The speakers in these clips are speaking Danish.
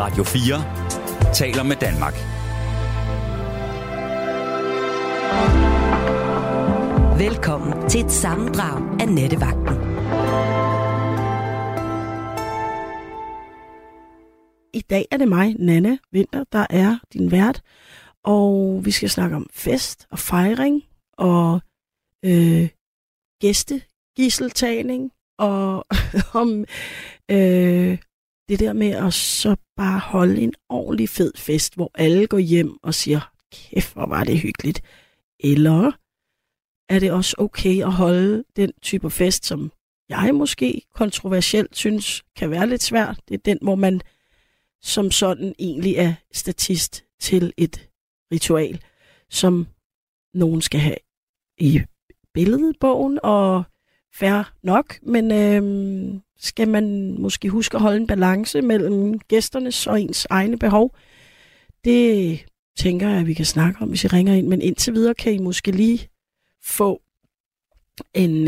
Radio 4 taler med Danmark. Velkommen til et sammendrag af Nattevagten. I dag er det mig, Nanna Winther, der er din vært, og vi skal snakke om fest og fejring og gæstegisseltagning og om det der med at så bare holde en ordentlig fed fest, hvor alle går hjem og siger, kæft, hvor var det hyggeligt. Eller er det også okay at holde den type fest, som jeg måske kontroversielt synes kan være lidt svært. Det er den, hvor man som sådan egentlig er statist til et ritual, som nogen skal have i billedbogen, og fair nok, men skal man måske huske at holde en balance mellem gæsternes og ens egne behov? Det tænker jeg, at vi kan snakke om, hvis I ringer ind, men indtil videre kan I måske lige få en,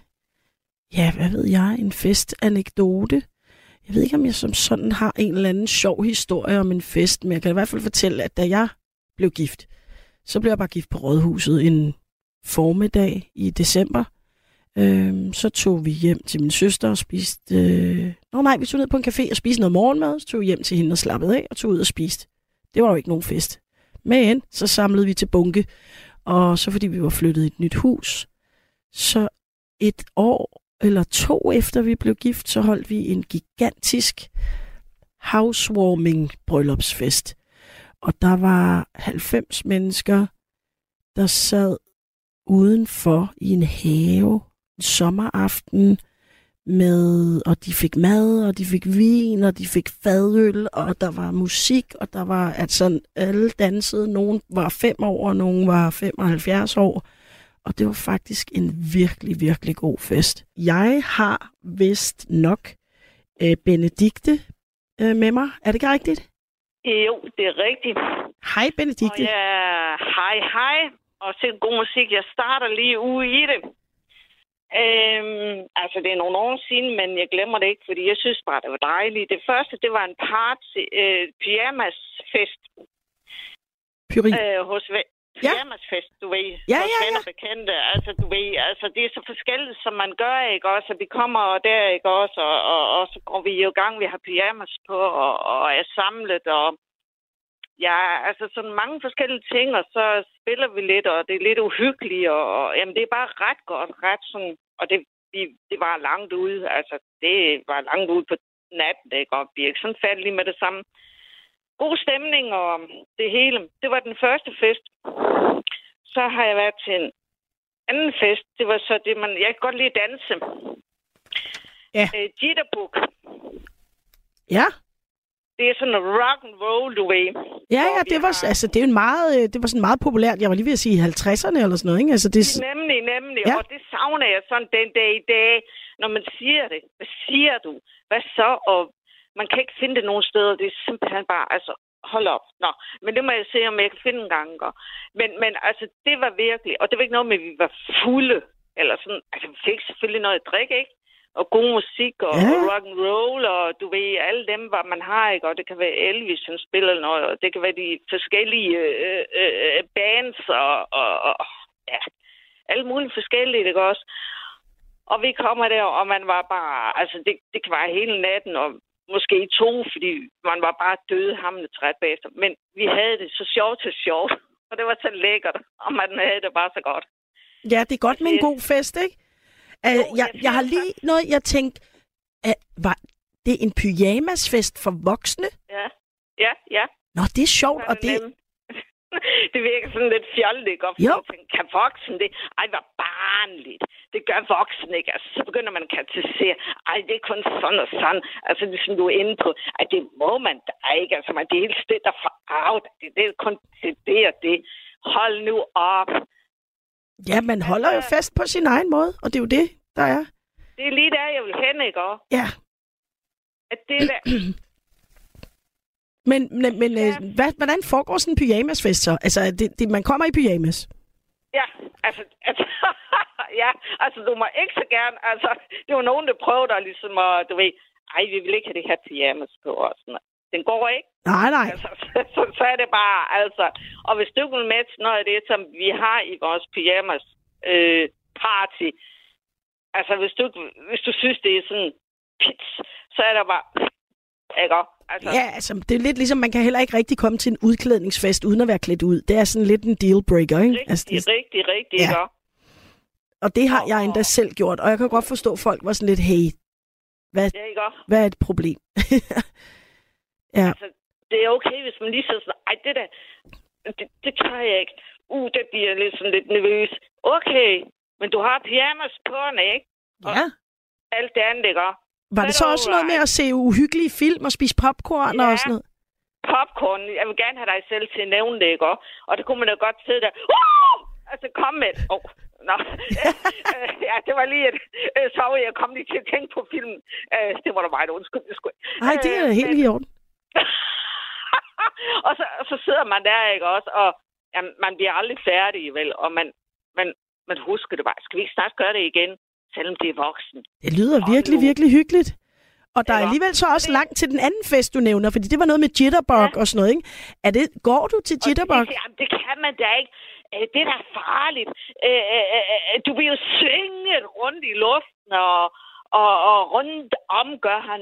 en festanekdote. Jeg ved ikke, om jeg som sådan har en eller anden sjov historie om en fest, men jeg kan i hvert fald fortælle, at da jeg blev gift, så blev jeg bare gift på Rådhuset en formiddag i december. Så tog vi hjem til min søster og spiste... vi tog ned på en café og spiste noget morgenmad, så tog vi hjem til hende og slappede af og tog ud og spiste. Det var jo ikke nogen fest. Men så samlede vi til bunke, og så fordi vi var flyttet i et nyt hus, så et år eller 2 efter vi blev gift, så holdt vi en gigantisk housewarming bryllupsfest. Og der var 90 mennesker, der sad udenfor i en have en sommeraften og de fik mad, og de fik vin, og de fik fadøl, og der var musik, og der var alle dansede. Nogen var 5 år, og nogen var 75 år. Og det var faktisk en virkelig, virkelig god fest. Jeg har vist nok Benedikte med mig. Er det ikke rigtigt? Jo, det er rigtigt. Hej, Benedikte. Hej. Og så god musik. Jeg starter lige ude i det. Det er nogle år siden, men jeg glemmer det ikke, fordi jeg synes bare, det var dejligt. Det første, det var en pyjamasfest. Hos pyjamasfest, du ved. Hos venner bekendte. Det er så forskelligt, som man gør, ikke også? Og vi kommer der, ikke også? Og så går vi jo i gang, vi har pyjamas på, og er samlet, og sådan mange forskellige ting, og så spiller vi lidt, og det er lidt uhyggeligt, og jamen, det er bare ret godt, og det var langt ude, det var langt ude på natten, ikke? Og vi er ikke sådan færdige med det samme. God stemning, og det hele. Det var den første fest. Så har jeg været til en anden fest. Det var så det, jeg kan godt lide at danse. Ja. Jitterbug. Ja. Det er sådan en rock and roll, du ved. Ja, det var det er en meget, det var sådan meget populært. Jeg var lige ved at sige 50'erne eller sådan noget, ikke? Altså, det... Nemlig. Ja. Og det savner jeg sådan den dag i dag, når man siger det. Hvad siger du? Hvad så? Og man kan ikke finde det nogen steder. Det er simpelthen bare, hold op. Nå, men det må jeg se, om jeg kan finde en gang. Men det var virkelig, og det var ikke noget med, at vi var fulde, eller sådan. Vi fik selvfølgelig noget at drikke, ikke? Og god musik, og rock and roll, og du ved, alle dem, hvad man har, ikke? Og det kan være Elvis, som spiller noget, og det kan være de forskellige bands, og alle mulige forskellige, ikke også? Og vi kommer der, og man var bare, det kan være hele natten, og måske 2, fordi man var bare dødehamrende træt bagefter. Men vi havde det så sjovt, og det var så lækkert, og man havde det bare så godt. Ja, det er godt med en god fest, ikke? Jeg har lige noget, jeg tænkte, var det en pyjamasfest for voksne? Ja. Nå, det er sjovt, og det... Det virker sådan lidt fjollet, ikke? Kan voksen det? Hvor barnligt. Det gør voksen, ikke? Så begynder man at kategorisere. Det er kun sådan og sådan. Ligesom du er inde på. Det må man da ikke. Man det hele stedet der farvet. Det er kun til det og det. Hold nu op. Ja, man holder jo fest på sin egen måde, og det er jo det, der er. Det er lige der, jeg vil hen, ikke? Ja. At det der... Men hvordan foregår sådan en pyjamasfest så? Man kommer i pyjamas? Ja, du må ikke så gerne, det var nogen, der prøvede at ligesom, du ved, vi vil ikke have det her pyjamas på, og sådan. Den går ikke. Nej. Altså, så er det bare, altså... Og hvis du vil med til noget af det, som vi har i vores pyjamas party, altså hvis du synes, det er sådan pits, så er der bare... Ikke? Altså, ja, altså, det er lidt ligesom, man kan heller ikke rigtig komme til en udklædningsfest, uden at være klædt ud. Det er sådan lidt en dealbreaker, ikke? Rigtig, ja. Og det har jeg endda selv gjort, og jeg kan godt forstå, at folk var sådan lidt, hey, hvad er et problem? Ja. Altså, det er okay, hvis man lige siger sådan, ej, det kan jeg ikke. Det bliver lidt sådan lidt nervøs. Okay, men du har pyjamas på, ikke? Og ja. alt det andet, ikke? Var det så også noget med at se uhyggelige film og spise popcorn og sådan noget? Popcorn. Jeg vil gerne have dig selv til at nævne det, ikke? Og det kunne man jo godt sidde der. Altså, kom med. Nå. Ja, det var lige et... Sorry, jeg kom lige til at tænke på filmen. Det var da meget undskyld. Nej, det er helt i orden. Og så sidder man der, ikke også? Og jamen, man bliver aldrig færdig, vel? Og man husker det bare. Skal vi ikke snart gøre det igen? Selvom det er voksen. Det lyder virkelig, virkelig hyggeligt. Og der er alligevel så også langt til den anden fest, du nævner, fordi det var noget med jitterbug og sådan noget, ikke? Går du til jitterbug? Det kan man da ikke. Det er da farligt. Du bliver jo svinget rundt i luften, og rundt om gør han,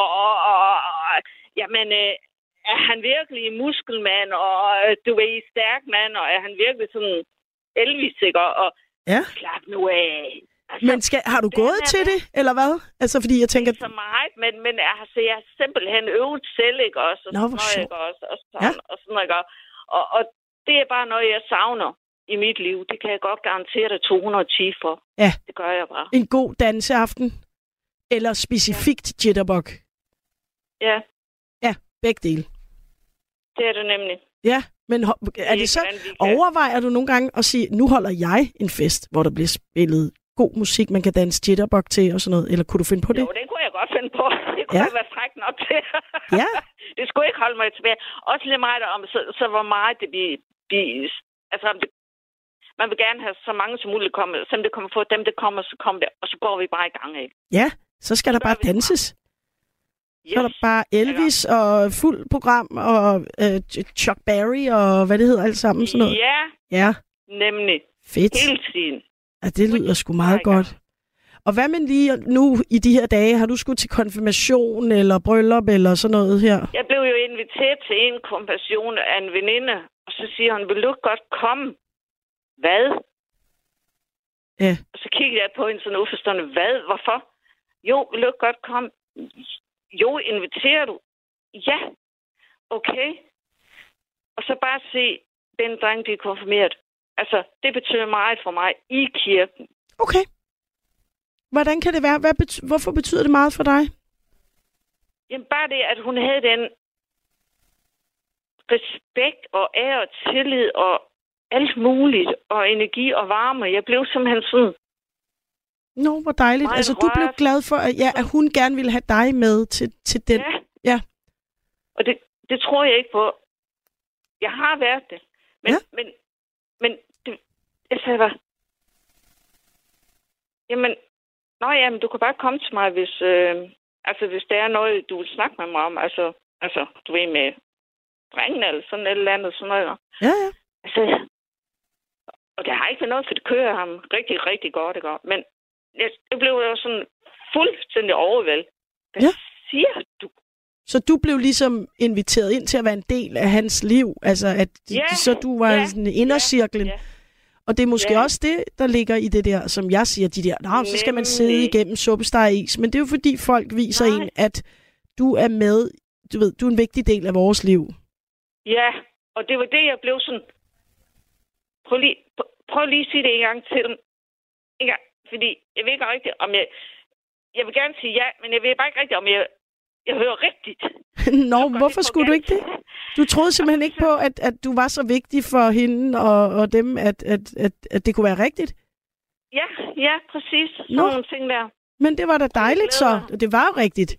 jamen, er han virkelig muskelmand, og du er i stærk mand, og er han virkelig sådan Elvis, ikke? Og slap nu af. Altså, men har du gået til det, eller hvad? Altså, fordi jeg tænker... Ikke så meget, men jeg har simpelthen øvet selv, ikke også? Og sådan, ikke? Og det er bare noget, jeg savner i mit liv. Det kan jeg godt garantere dig 210 for. Ja. Det gør jeg bare. En god danseaften? Eller specifikt jitterbug? Ja. Ja, begge dele. Det er det nemlig. Ja, men er det så... Overvejer du nogle gange at sige, nu holder jeg en fest, hvor der bliver spillet god musik, man kan danse jitterbug til og sådan noget? Eller kunne du finde på det? Jo, det kunne jeg godt finde på. Det kunne jeg være fræk nok til. Ja. Det skulle ikke holde mig tilbage. Også lidt meget om, så hvor meget det bliver... Altså, man vil gerne have så mange som muligt komme. Som det kommer for dem, det kommer, så kommer det. Og så går vi bare i gang, ikke? Ja, så skal der bare danses. Yes. Så er der bare Elvis og fuld program og Chuck Berry og hvad det hedder alt sammen. Sådan noget. Ja, nemlig. Fedt. Hele tiden. Ja, det lyder sgu meget godt. Og hvad med lige nu i de her dage? Har du skulle til konfirmation eller bryllup eller sådan noget her? Jeg blev jo inviteret til en konfirmation af en veninde, og så siger hun, vil du godt komme? Hvad? Ja. Og så kiggede jeg på hende sådan uforstående, hvad? Hvorfor? Jo, vil du godt komme? Jo, inviterer du? Ja. Okay. Og så bare se, den dreng, de er konfirmeret. Altså, det betyder meget for mig i kirken. Okay. Hvordan kan det være? Hvorfor betyder det meget for dig? Jamen, bare det, at hun havde den respekt og ære og tillid og alt muligt, og energi og varme. Jeg blev simpelthen sådan... Nå, hvor dejligt. Altså, du blev glad for, at hun gerne ville have dig med til den. Ja. Og det tror jeg ikke på. Jeg har været det. Men jeg sagde bare... Jamen, du kan bare komme til mig, hvis der er noget, du vil snakke med mig om. Altså, du ved, med drengen eller sådan et eller andet. Sådan noget. Ja. Altså, og det har ikke været noget, for det kører ham rigtig, rigtig godt, ikke? Men jeg blev jo sådan fuldstændig overvældet. Hvad siger du? Så du blev ligesom inviteret ind til at være en del af hans liv? Altså, så du var sådan en indercirklen? Ja. Og det er måske også det, der ligger i det der, som jeg siger, de der, så skal man sidde igennem suppesteg-is. Men det er jo fordi, folk viser en, at du er med, du ved, du er en vigtig del af vores liv. Ja, og det var det, jeg blev sådan... Prøv lige at sige det en gang til dem. En gang, fordi jeg ved ikke rigtigt, om jeg... Jeg vil gerne sige ja, men jeg ved bare ikke rigtigt, om jeg hører rigtigt. Nå, hvorfor skulle du ikke det? Du troede simpelthen ikke på, at du var så vigtig for hende og dem, at det kunne være rigtigt? Ja, præcis. Sådan nogle ting der. Men det var da dejligt så. Det var jo rigtigt.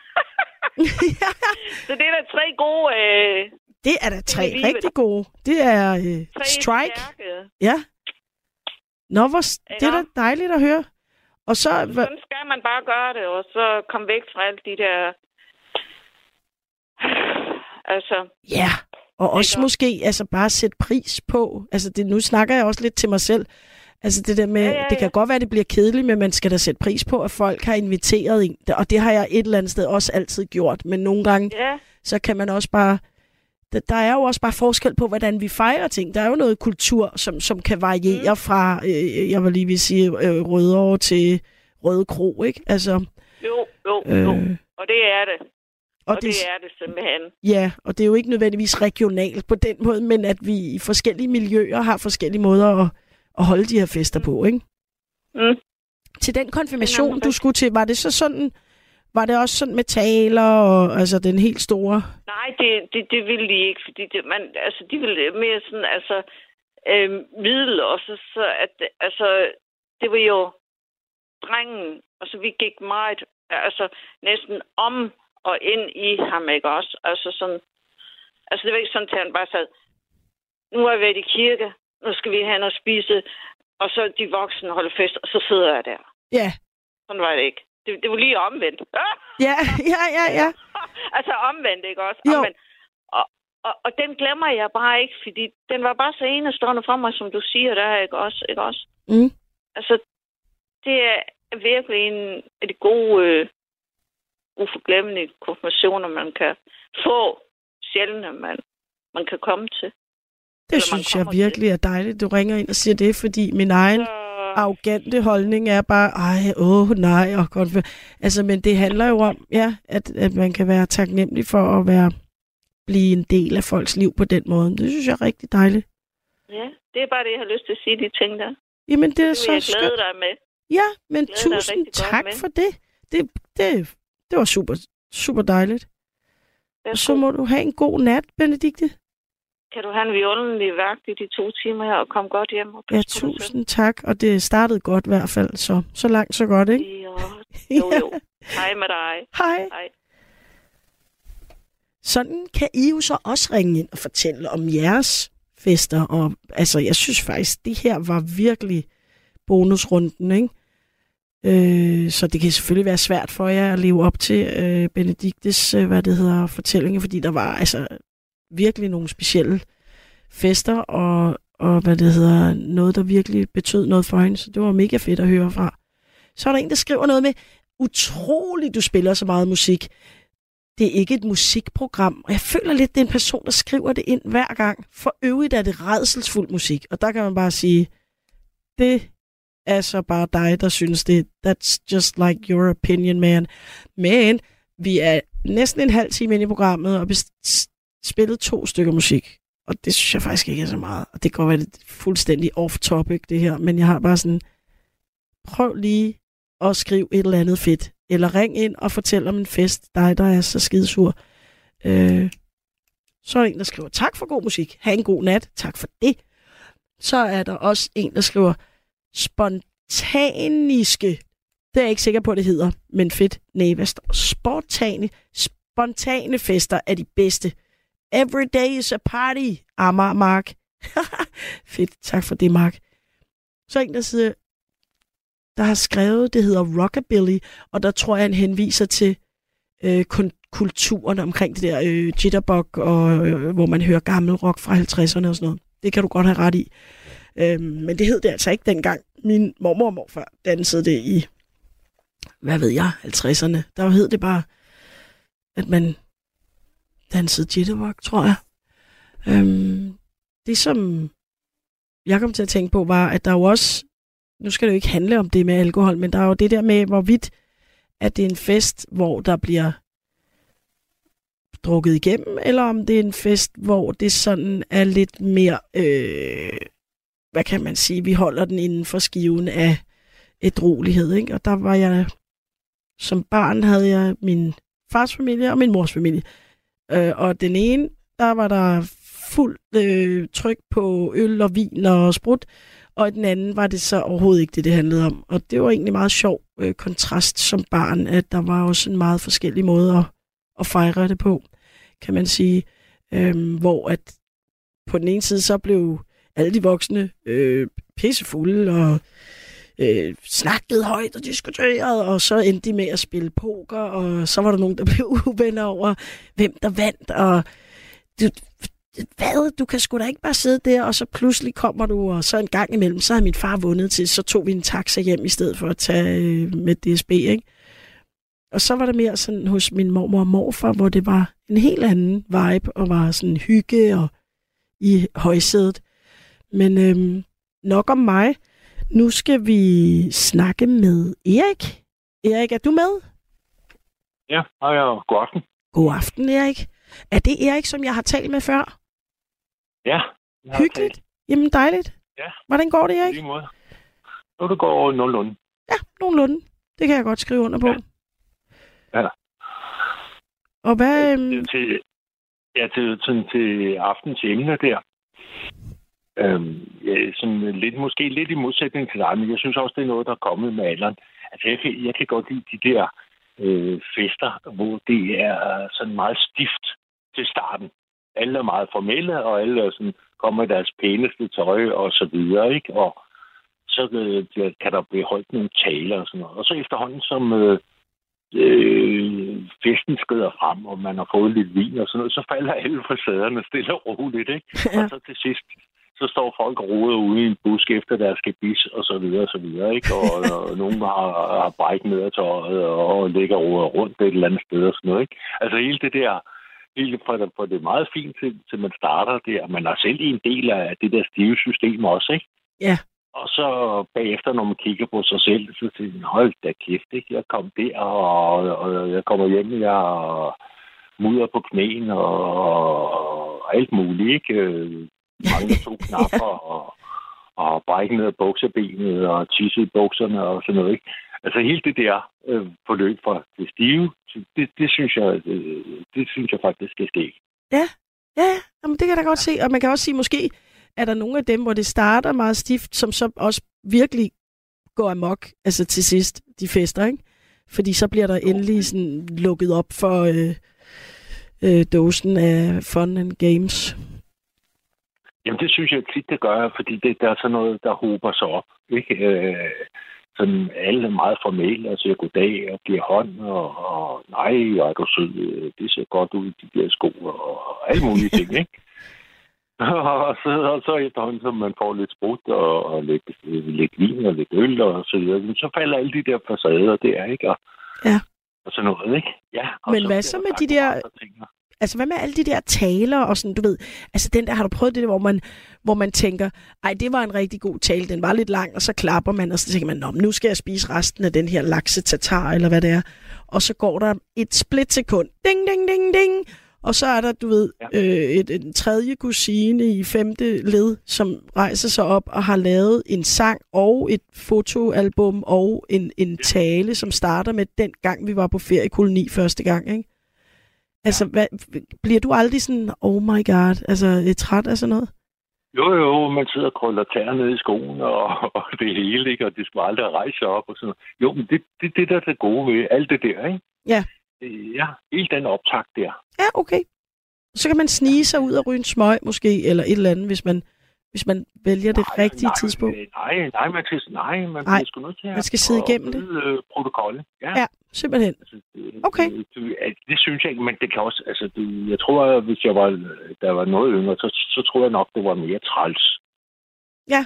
Så det er da 3 gode... Det er da 3 rigtig gode. Det er Strike. Stærke. Ja. Nå, det er da dejligt at høre. Og så... Sådan skal man bare gøre det, og så komme væk fra alle de der Altså... Ja, og også måske altså bare sætte pris på. Altså nu snakker jeg også lidt til mig selv. Altså det der med, det kan godt være, det bliver kedeligt, men man skal da sætte pris på, at folk har inviteret en. Og det har jeg et eller andet sted også altid gjort. Men nogle gange, så kan man også bare... Der er jo også bare forskel på, hvordan vi fejrer ting. Der er jo noget kultur, som kan variere fra, jeg vil lige vil sige, Rødovre til Røde Kro, ikke? Altså, jo. Og det er det. Og det er det simpelthen. Ja, og det er jo ikke nødvendigvis regionalt på den måde, men at vi i forskellige miljøer har forskellige måder at holde de her fester på, ikke? Mm. Til den konfirmation, du skulle til, var det så sådan... Var det også sådan med taler og altså den helt store? Nej, det ville de ikke, fordi de ville mere sådan, middel også, så at, det var jo drengen, og så vi gik meget, næsten om og ind i ham, ikke også? Det var ikke sådan, at han bare sad, nu har jeg været i kirke, nu skal vi hen og spise, og så de voksne holde fest, og så sidder jeg der. Ja. Sådan var det ikke. Det var lige omvendt. Ja. Omvendt, ikke også? Omvendt. Og den glemmer jeg bare ikke, fordi den var bare så enestående for mig, som du siger der, ikke også? Mm. Det er virkelig en af de gode, uforglemmelige konfirmationer, man kan få sjældent, man kan komme til. Det synes jeg virkelig er dejligt, du ringer ind og siger det, fordi min egen arrogante holdning er bare, nej, men det handler jo om, at man kan være taknemmelig for at blive en del af folks liv på den måde. Det synes jeg er rigtig dejligt. Ja, det er bare det, jeg har lyst til at sige, de ting der. Jamen, det er så skønt. Jeg glæder dig med. Ja, men tusind tak for det. Det var super, super dejligt. Og så må du have en god nat, Benedikte. Kan du have en vidunderlig vagt i de 2 timer her og komme godt hjem? Og tusind tak. Og det startede godt i hvert fald, så langt, så godt, ikke? Jo. Hej med dig. Hej. Sådan kan I jo så også ringe ind og fortælle om jeres fester. Og jeg synes faktisk, det her var virkelig bonusrunden, ikke? Så det kan selvfølgelig være svært for jer at leve op til Benediktes, fortællinger, fordi der var virkelig nogle specielle fester, og noget, der virkelig betød noget for hende. Så det var mega fedt at høre fra. Så er der en, der skriver noget med, utroligt, du spiller så meget musik. Det er ikke et musikprogram, og jeg føler lidt, det er en person, der skriver det ind hver gang. For øvrigt er det rædselsfuld musik, og der kan man bare sige, det er så bare dig, der synes det. That's just like your opinion, man. Men vi er næsten en halv time inde i programmet, og spillet 2 stykker musik. Og det synes jeg faktisk ikke er så meget. Og det kan godt være det fuldstændig off-topic, det her. Men jeg har bare sådan, prøv lige at skrive et eller andet fedt. Eller ring ind og fortæl om en fest. Dig, der er så skidesur. Så er der en, der skriver, tak for god musik. Ha' en god nat. Tak for det. Så er der også en, der skriver, spontaniske. Det er jeg ikke sikker på, det hedder. Men fedt. Nej, hvad står? Spontane fester er de bedste. Every day is a party. Mark. Fedt. Tak for det, Mark. Så en, der har skrevet, det hedder Rockabilly, og der tror jeg, han henviser til kulturen omkring det der jitterbug, og hvor man hører gammel rock fra 50'erne og sådan noget. Det kan du godt have ret i. Men det hed det altså ikke dengang. Min mormor og morfar dansede det i, 50'erne. Der hed det bare, at man dansede jitterbug, tror jeg. Det, som jeg kom til at tænke på, var, at der jo også, nu skal det jo ikke handle om det med alkohol, men der er jo det der med, hvorvidt at det er en fest, hvor der bliver drukket igennem, eller om det er en fest, hvor det sådan er lidt mere, hvad kan man sige, vi holder den inden for skiven af ædruelighed, ikke? Og der var jeg, som barn havde jeg min fars familie og min mors familie. Og den ene, der var der fuld tryk på øl og vin og sprut, og i den anden var det så overhovedet ikke det handlede om. Og det var egentlig meget sjov kontrast som barn, at der var også en meget forskellig måde at fejre det på, kan man sige. Hvor at på den ene side så blev alle de voksne pissefulde og snakkede højt og diskuterede, og så endte de med at spille poker, og så var der nogen, der blev uvenner over, hvem der vandt, og du kan sgu da ikke bare sidde der, og så pludselig kommer du, og så en gang imellem, så havde min far vundet til, så tog vi en taxa hjem i stedet for at tage med DSB, ikke? Og så var det mere sådan hos min mormor og morfar, hvor det var en helt anden vibe, og var sådan hygge og i højsædet. Men nok om mig. Nu skal vi snakke med Erik. Erik, er du med? Ja, god aften. God aften, Erik. Er det Erik, som jeg har talt med før? Ja. Hyggeligt. Jamen dejligt. Ja. Hvordan går det, Erik? Lige måde. Nu det går nogenlunde. Ja, nogenlunde. Det kan jeg godt skrive under på. Ja. Og hvad... til aftens emne der. Sådan måske lidt i modsætning til dig, men jeg synes også, det er noget, der er kommet med alderen. Altså, jeg kan godt lide de der fester, hvor det er sådan meget stift til starten. Alle er meget formelle, og alle er sådan, kommer i deres pæneste tøj og så videre, ikke? Og så kan der blive holdt nogle taler og sådan noget. Og så efterhånden, som festen skrider frem, og man har fået lidt vin og sådan noget, så falder alle facaderne stille og roligt, ikke? Og så til sidst, så står folk og roder ude i en busk efter deres gebis og så videre, ikke? Og nogen har brækket ned af tøjet og ligger og roder rundt et eller andet sted og sådan noget, ikke? Altså hele det der, for det er meget fint til man starter der. Man er selv en del af det der stive system også, ikke? Ja. Og så bagefter, når man kigger på sig selv, så siger man, hold da kæft, ikke? Jeg kom der, og jeg kommer hjem, jeg mudder på knæene og alt muligt, ikke? Mange 2 knapper og brække ned af bukserbenet og tisse i bukserne og sådan noget, ikke? Altså hele det der forløb fra det stive, det synes jeg faktisk skal ske. Ja. Jamen, det kan jeg da godt se. Og man kan også sige, måske er der nogle af dem, hvor det starter meget stift, som så også virkelig går amok, altså til sidst, de fester, ikke? Fordi så bliver der endelig sådan lukket op for dåsen af fun and games. Jamen, det synes jeg tit, det gør, fordi der er sådan noget, der hober sig op, ikke? Sådan alle er meget formelle og siger goddag og giver hånd og nej, og er du sød, det ser godt ud, de der sko og alle mulige ting, ikke? og så efterhånden, så man får lidt sprut og lidt vin og lidt øl og så videre, så falder alle de der facader der, ikke? Og sådan noget, ikke? Ja. Men hvad så med de der... Altså, hvad med alle de der taler og sådan, du ved, altså den der, har du prøvet det, hvor man tænker, ej, det var en rigtig god tale, den var lidt lang, og så klapper man, og så tænker man, nå, nu skal jeg spise resten af den her lakse-tatar, eller hvad det er. Og så går der et splitsekund, ding, ding, ding, ding, og så er der, du ved, en tredje kusine i 5. led, som rejser sig op og har lavet en sang og et fotoalbum og en tale, som starter med den gang, vi var på feriekoloni første gang, ikke? Altså, bliver du aldrig sådan, oh my god, altså træt af sådan noget? Jo, man sidder og krøller tæer ned i skoen og det hele, ikke? Og det skal aldrig rejse op og sådan noget. Jo, men det der er det gode ved alt det der, ikke? Ja. Ja, hele den optakt der. Ja, okay. Så kan man snige sig ud og ryge en smøg måske, eller et eller andet, hvis man vælger det rigtige tidspunkt. Nej, man bliver sgu nødt til at... Man skal sidde igennem det. Protokollet. Ja, simpelthen. Okay. Det synes jeg ikke, men det kan også... Altså, jeg tror, hvis der var noget yngre, så tror jeg nok, det var mere træls. Ja.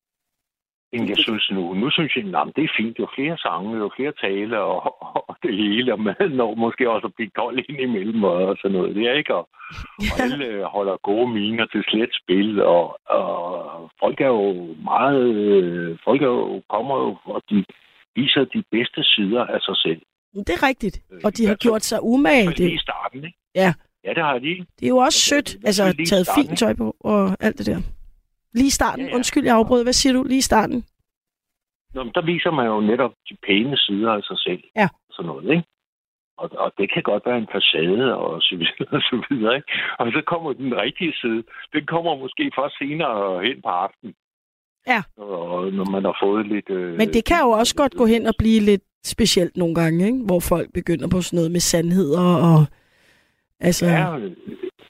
End jeg synes nu. Nu synes jeg, at det er fint. Jo flere sange, jo flere taler og det hele. Og man når måske også at blive kold ind imellem og sådan noget. Det er ikke? Og alle holder gode miner til slet spil. Og folk er jo meget... kommer jo, og de viser de bedste sider af sig selv. Det er rigtigt. Og de har gjort sig umage. Det i starten, ikke? Ja. Ja, det har de. Det er jo også sødt. Altså, taget fint tøj på og alt det der. Lige i starten. Ja. Undskyld, jeg afbrød. Hvad siger du? Lige i starten? Nå, der viser man jo netop de pæne sider af sig selv. Ja. Sådan noget, ikke? Og det kan godt være en facade og så videre, og så videre, ikke? Og så kommer den rigtige side. Den kommer måske først senere hen på aftenen. Ja. Og når man har fået lidt... Men det kan jo også godt gå hen og blive lidt specielt nogle gange, ikke? Hvor folk begynder på sådan noget med sandheder og... Altså... Ja,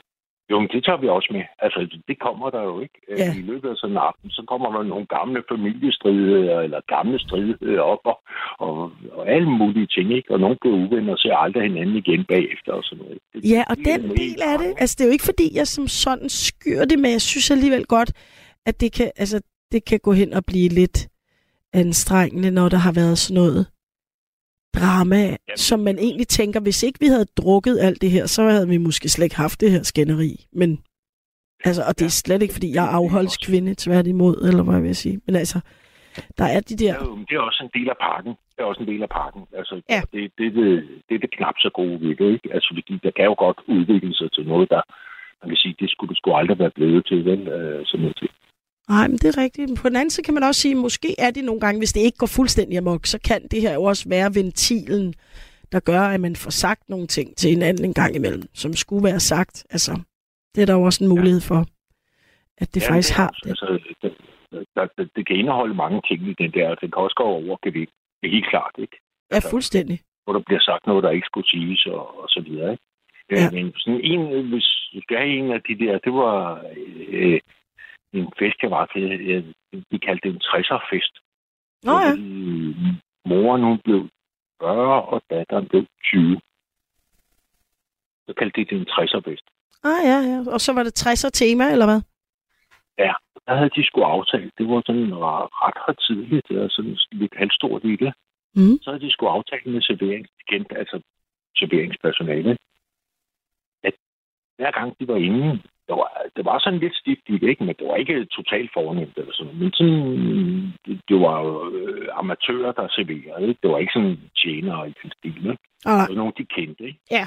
Jo, men det tager vi også med. Altså, det kommer der jo ikke. Ja. I løbet af sådan en aften, så kommer der nogle gamle familiestridigheder, eller gamle stridigheder op, og alle mulige ting, ikke? Og nogle bliver uvenner og ser aldrig hinanden igen bagefter og sådan noget. Ja, og den del af det, altså det er jo ikke fordi, jeg som sådan skyr det, men jeg synes alligevel godt, at det kan gå hen og blive lidt anstrengende, når der har været sådan noget drama, som man egentlig tænker, hvis ikke vi havde drukket alt det her, så havde vi måske slet ikke haft det her skænderi. Men, altså, og det er slet ikke, fordi jeg er afholdskvinde, tværtimod, eller hvad jeg vil sige. Men altså, der er de der... Ja, det er også en del af pakken. Det er også en del af pakken. Altså, ja. Det er det knap så gode ved det, ikke? Altså, fordi der kan jo godt udvikle sig til noget, der, man kan sige, det skulle du sgu aldrig være blevet til, vel? Sådan noget til. Nej, men det er rigtigt. På den anden side kan man også sige, måske er det nogle gange, hvis det ikke går fuldstændig amok, så kan det her jo også være ventilen, der gør, at man får sagt nogle ting til hinanden en gang imellem, som skulle være sagt. Altså, det er der jo også en mulighed for, at det faktisk det har det. Altså, det kan indeholde mange ting i den der, og det kan også gå over gevind. Det er helt klart, ikke? Ja, fuldstændig. Hvor der bliver sagt noget, der ikke skulle siges, og så videre, ikke? Ja. Men sådan hvis du skal have en af de der, det var... en fest, jeg var til. Vi kaldte det en 60'er-fest. Nå ja. Moren, hun blev 40, og datteren blev 20. Så kaldte det en 60'er-fest. Ja. Og så var det 60'er-tema, eller hvad? Ja, der havde de sgu aftalt. Det var sådan ret tidligt, og sådan lidt halvstort i det. Mm. Så havde de sgu aftalt med serveringspersonale, at hver gang de var inde, det var sådan lidt stift i det, ikke? Men det var ikke totalt fornemt eller sådan. Men sådan, det var jo amatører, der serverede, ikke? Det var ikke sådan tjenere i den stil, ikke? Det var nogen, de kendte, ikke? Ja.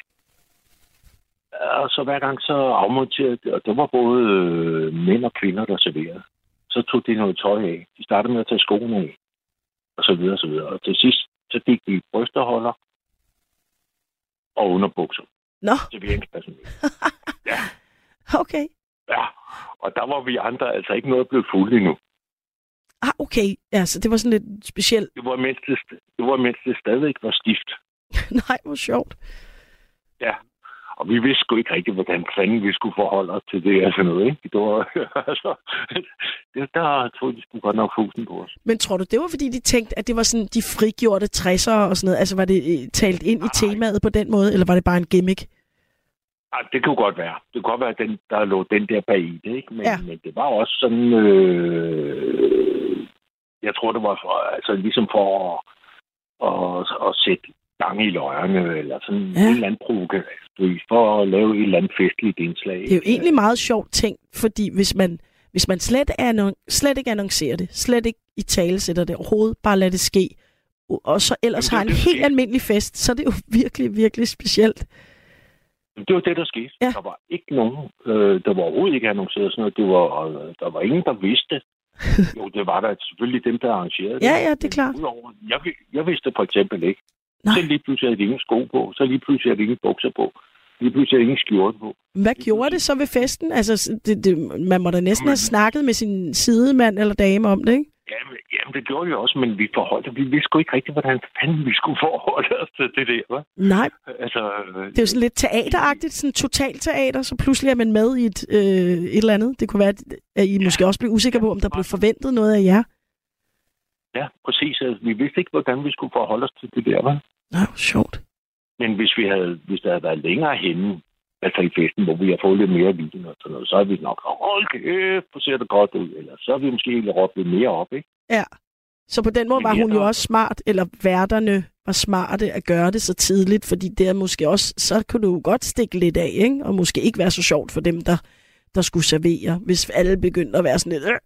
Og så hver gang så afmonterede det, og det var både mænd og kvinder, der serverede. Så tog de noget tøj af. De startede med at tage skoene af. Og så videre, og så videre. Og til sidst, så gik de brysterholder og underbukser. Nå. Serveringspersonale. Ja. Okay. Ja, og der var vi andre altså ikke noget blevet fuldt endnu. Okay. Ja, så det var sådan lidt specielt. Det var mens det stadigvæk var stift. Nej, hvor sjovt. Ja, og vi vidste sgu ikke rigtigt, hvordan fanden vi skulle forholde os til det og sådan noget, ikke? Det var, altså, der troede de sgu godt nok fusen på os. Men tror du, det var fordi, de tænkte, at det var sådan de frigjorte 60'ere og sådan noget? Altså, var det talt ind i temaet på den måde, eller var det bare en gimmick? Det kunne godt være. Det kunne godt være, at der lå den der bag i det, ikke? Men det var også sådan... jeg tror, det var ligesom for at sætte gang i løjerne, eller sådan en eller anden provokation, for at lave et eller andet festligt indslag. Det er jo egentlig meget sjovt ting, fordi hvis man slet ikke annoncerer det, slet ikke i tale sætter det overhovedet, bare lad det ske, og så ellers har en helt almindelig fest, så er det jo virkelig, virkelig specielt. Det var det, der skete. Ja. Der var ikke nogen, der var overhovedet ikke annonceret sådan noget. Der var ingen, der vidste. Jo, det var der selvfølgelig dem, der arrangerede det. Ja, det er klart. Jeg vidste for eksempel ikke. Nej. Så lige pludselig havde de ingen sko på. Så lige pludselig havde de ingen bukser på. Lige pludselig havde de ingen skjorte på. Hvad gjorde det så ved festen? Altså, man må da næsten have snakket med sin sidemand eller dame om det, ikke? Jamen, det gjorde vi også, men vi vidste sgu ikke rigtigt, hvordan fanden vi skulle forholde os til det der, hva'? Nej. Altså, det er jo sådan lidt teateragtigt, sådan totalteater, så pludselig er man med i et eller andet. Det kunne være, at I måske også blev usikre på, om der blev forventet noget af jer. Ja, præcis. Altså, vi vidste ikke, hvordan vi skulle forholde os til det der, hva'? Nej, sjovt. Men hvis der havde været længere henne, altså i festen, hvor vi har fået lidt mere viden og sådan noget, så er vi nok, hold kæft, hvor ser det godt ud, eller så er vi måske råbt lidt mere op, ikke? Ja, så på den måde var hun jo også smart, eller værterne var smarte at gøre det så tidligt, fordi det er måske også, så kunne du godt stikke lidt af, ikke? Og måske ikke være så sjovt for dem, der skulle servere, hvis alle begyndte at være sådan lidt...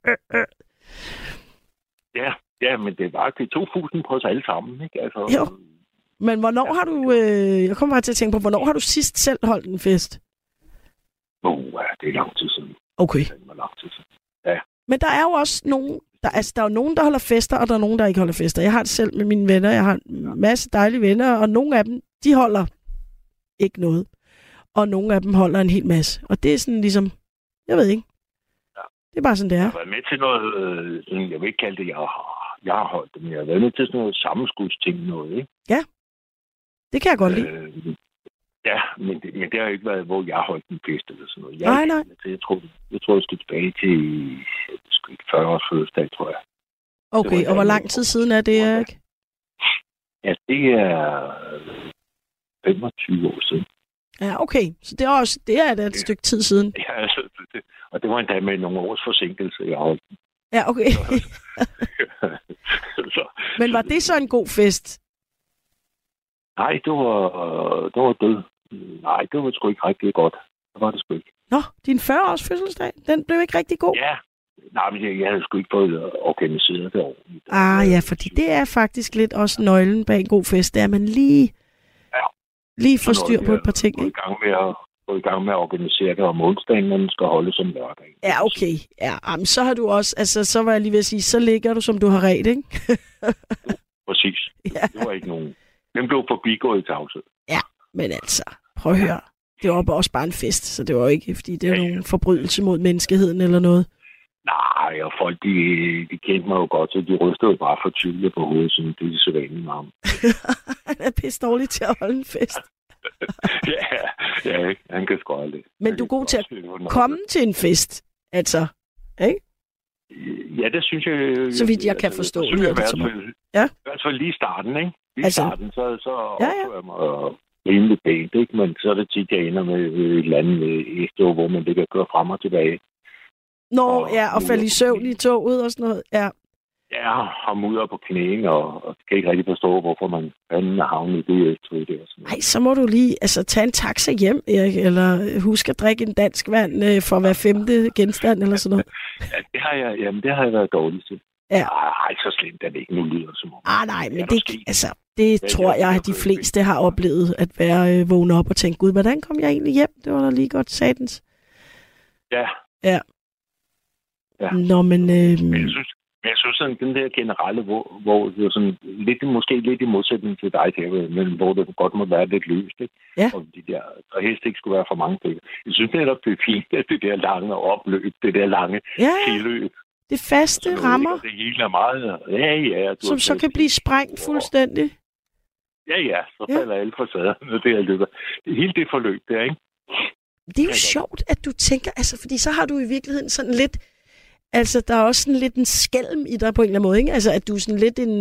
Ja, men det tog fusen på os alle sammen, ikke? Altså, jo. Men hvornår har du... jeg kommer bare til at tænke på, hvornår har du sidst selv holdt en fest? Det er lang tid siden. Okay. Det er lang tid siden. Ja. Men der er jo også nogen... Der er jo nogen, der holder fester, og der er nogen, der ikke holder fester. Jeg har det selv med mine venner. Jeg har en masse dejlige venner, og nogle af dem, de holder ikke noget. Og nogle af dem holder en hel masse. Og det er sådan ligesom... Jeg ved ikke. Ja. Det er bare sådan, det er. Jeg har været med til noget... jeg vil ikke kalde det, jeg har holdt det, men jeg har været med til sådan noget sammenskudsting noget, ikke? Ja. Det kan jeg godt lide. Ja, men det har ikke været, hvor jeg holdt en fest eller sådan noget. Nej. Jeg tror, jeg skal tilbage til 40 års fødselsdag, tror jeg. Okay, og hvor lang tid siden er det, Erik? Ja, det er 25 år siden. Ja, okay. Så det er et stykke tid siden. Ja, altså, og det var endda med nogle års forsinkelse, jeg holdt. Ja, okay. Men var det så en god fest? Nej, det var død. Nej, det var sgu ikke rigtig godt. Det var det sgu ikke. Nå, din 40-års fødselsdag, den blev ikke rigtig god? Ja. Nej, men jeg havde sgu ikke fået organiseret det ordentligt. Ja, fordi det er faktisk lidt også nøglen bag en god fest. Det er, at man lige får styr på et par ting. Gå i gang med at organisere det om onsdagen, når den skal holde som lørdag. Ja, okay. Ja, men så har du også, altså så var jeg lige ved at sige, så ligger du, som du har ret, ikke? Præcis. Ja. Det var ikke nogen. Den blev forbigået i tavshed. Ja, men altså, prøv at høre. Det var også bare en fest, så det var ikke, fordi det er nogen forbrydelse mod menneskeheden eller noget. Nej, og folk, de kendte mig jo godt, så de rystede bare for tydeligt på hovedet, som det er så vanligt med ham. Han er pisse dårlig til at holde en fest. ja, han kan sgu aldrig. Men du er god til at komme til en fest, altså, ikke? Ja, det synes jeg... Så vidt jeg kan forstå. Det synes jeg i hvert fald lige i starten, ikke? I starten, så opfører jeg mig rimelig pænt, ikke? Men så er det tit, jeg ender med et eller andet efterår, hvor man kan køre frem og tilbage. Og falde i søvn i toget og sådan noget, ja. Ja, har mudder på knæene, og kan ikke rigtig forstå, hvorfor man er havnet i det efterår. Nej, så må du lige tage en taxa hjem, Erik, eller husk at drikke en dansk vand for hver 5. genstand, eller sådan noget. Ja, det har jeg været dårlig til. Ja. Ej, så slemt er det ikke. Nu lyder det som om. Nej, men det tror jeg, at de fleste har oplevet, at være vågne op og tænke, gud, hvordan kom jeg egentlig hjem? Det var da lige godt satans. Ja. Nå, men jeg synes sådan, den der generelle, hvor det er sådan måske lidt i modsætning til dig, men hvor det godt må være lidt løst, ikke? Ja. Og de der helst ikke skulle være for mange penge. Jeg synes netop, det er fint, at det der lange opløb, det der lange tilløb. Det faste rammer. Det hele er meget... Ja. Som så kan blive sprængt fuldstændig. Ja, så falder alle facaderne, det jeg løber. Hele det forløb der, ikke? Det er jo sjovt, at du tænker, altså, fordi så har du i virkeligheden sådan lidt, altså, der er også sådan lidt en skælm i dig på en eller anden måde, ikke? Altså, at du er sådan lidt en,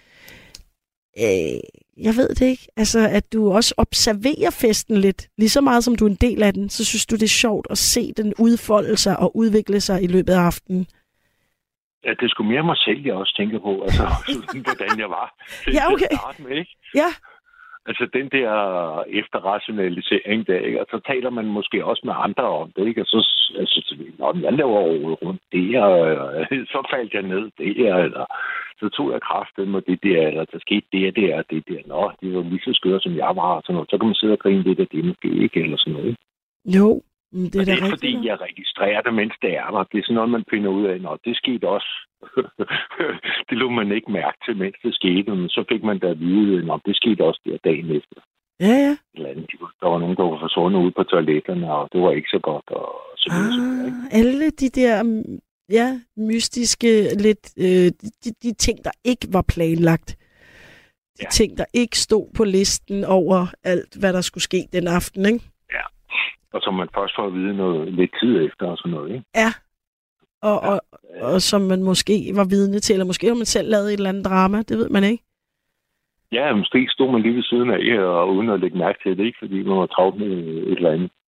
jeg ved det ikke, altså, at du også observerer festen lidt, lige så meget som du er en del af den, så synes du, det er sjovt at se den udfolde sig og udvikle sig i løbet af aftenen. Ja, det skulle mere mig selv, jeg også tænker på, altså, hvordan jeg var. Ja, okay. Med, ikke? Ja. Altså, den der efterrationalisering der, ikke? Og så taler man måske også med andre om det, ikke? Og så, jeg laver rundt det, og så faldt jeg ned der, eller så tog jeg kraften med det der, eller der skete det der. Nå, det var lige så skøre, som jeg var, og sådan noget. Så kan man sidde og grine lidt af det, måske ikke, eller sådan noget. Jo. Det er rigtigt, fordi jeg registrerer det, mens det er der. Det er sådan noget, man finder ud af. Nå, det skete også. Det lå man ikke mærke til, mens det skete. Men så fik man da at vide, nå, det skete også der dagen efter. Ja. Der var nogen, der var forsvundet ude på toiletterne, og det var ikke så godt. Og så videre, alle de der mystiske, lidt de ting, der ikke var planlagt. De ting, der ikke stod på listen over alt, hvad der skulle ske den aften, ikke? Ja. Og som man først får at vide noget lidt tid efter og sådan noget, ikke? Ja. Og som man måske var vidne til, eller måske har man selv lavet et eller andet drama, det ved man ikke. Ja, måske stod man lige ved siden af, og uden at lægge mærke til det, ikke? Fordi man var travlt med et eller andet.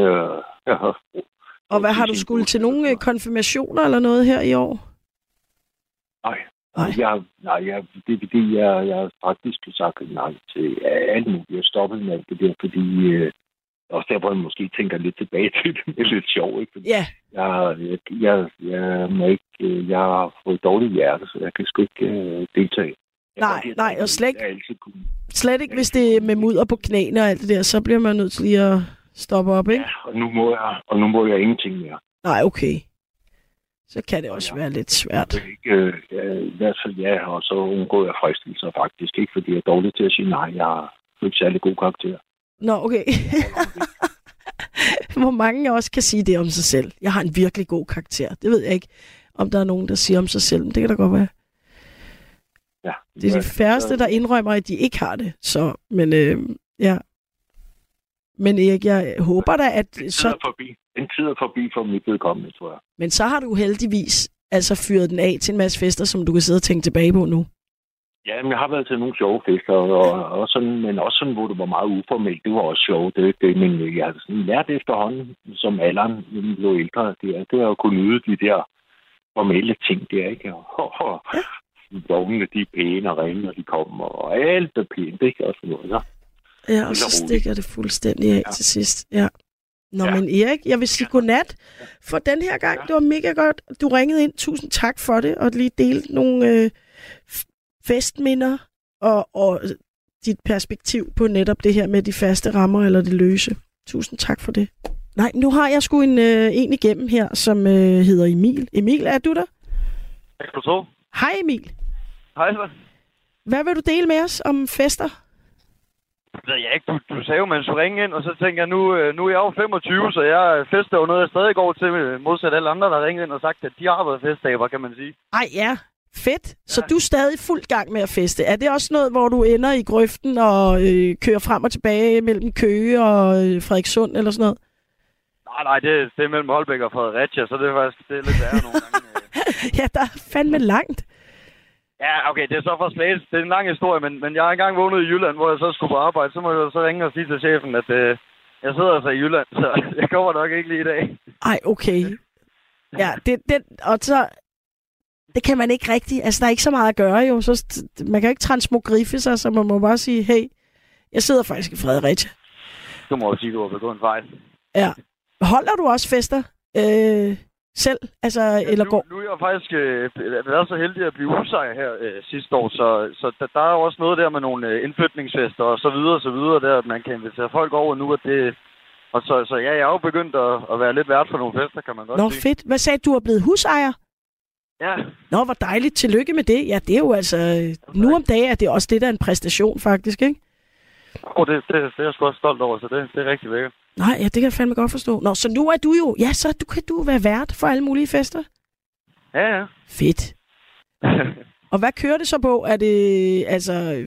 Og hvad har du skulle til nogle konfirmationer eller noget her i år? Nej. Det er fordi, jeg har faktisk sagt nej til alt muligt. Jeg stoppede med alt det der, fordi... også der, hvor jeg måske tænker lidt tilbage til det, det er lidt sjovt, ikke? Ja. Jeg har fået dårligt hjerte, så jeg kan sgu ikke deltage. Nej, og slet ikke, hvis det er med mudder på knæene og alt det der, så bliver man nødt til lige at stoppe op, ikke? Ja, og nu må jeg ingenting mere. Nej, okay. Så kan det også være lidt svært. I hvert fald og så undgår jeg fristelser faktisk, ikke? Fordi jeg er dårlig til at sige nej, jeg har ikke særlig god karakter. Nå, okay. Hvor mange også kan sige det om sig selv. Jeg har en virkelig god karakter. Det ved jeg ikke, om der er nogen, der siger om sig selv. Men det kan da godt være. Ja, det er de færreste, der indrømmer, at de ikke har det. Så, men ja. Men Erik, jeg håber da, at... Den tid er forbi for mit vedkommende, tror jeg. Men så har du heldigvis fyret den af til en masse fester, som du kan sidde og tænke tilbage på nu. Ja, men jeg har været til nogle sjove fester, og sådan, men også sådan, hvor det var meget uformelt. Det var også sjovt. Men jeg har sådan lært efterhånden, som alderen blev ældre, det er at kunne nyde de der formelle ting der, ikke? Vognene, de er pæne og rene, når de kommer, og alt er pænt, ikke? Og sådan noget, Ja, og så stikker det fuldstændig af til sidst. Ja. Nå, men Erik, jeg vil sige godnat for den her gang. Det var mega godt. Du ringede ind. Tusind tak for det, og lige delte nogle festminder og dit perspektiv på netop det her med de faste rammer eller det løse. Tusind tak for det. Nej, nu har jeg sgu en igennem her, som hedder Emil. Emil, er du der? Jeg kan tro. Hej Emil. Hej. Hvad vil du dele med os om fester? ved jeg ikke. Du sagde jo, man skulle ringe ind, og så tænker jeg, nu er jeg jo 25, så jeg fester jo noget, jeg stadig går til, modsat alle andre, der har ringet ind og sagt, at de har været festaber, kan man sige. Ej, ja. Fedt. Så du er stadig fuld gang med at feste. Er det også noget, hvor du ender i grøften og kører frem og tilbage mellem Køge og Frederikssund eller sådan noget? Nej, det er mellem Holbæk og Fredericia, så det er faktisk lidt værre nogle gange. Ja, der er fandme langt. Ja, okay, det er så for Slagelse. Det er en lang historie, men jeg har engang vågnet i Jylland, hvor jeg så skulle på arbejde. Så må jeg så ringe og sige til chefen, at jeg sidder altså i Jylland, så jeg kommer nok ikke lige i dag. Ej, okay. Ja, og så... Det kan man ikke rigtigt. Altså, der er ikke så meget at gøre, jo. Så, man kan jo ikke transmogriffe sig, så man må bare sige, hey, jeg sidder faktisk i Fredericia. Du må jo sige, at du har begået en fejl. Ja. Holder du også fester selv? Altså, ja, eller går? Nu er jeg faktisk været så heldig at blive husejer her sidste år, så der er jo også noget der med nogle indflytningsfester og så videre, der, at man kan invitere folk over nu, at det... Og så ja, jeg er jo begyndt at være lidt vært for nogle fester, kan man godt sige. Fedt. Hvad sagde du, er blevet husejer? Ja. Nå, hvor dejligt. Tillykke med det. Ja, det er jo altså... Okay. Nu om dagen er det også det, der er en præstation, faktisk, ikke? Det er jeg sgu også stolt over, så det er rigtig lækkert. Nej, ja, det kan jeg fandme godt forstå. Nå, så nu er du jo... Ja, så kan du være vært for alle mulige fester. Ja. Fedt. Og hvad kører det så på? Er det... Altså...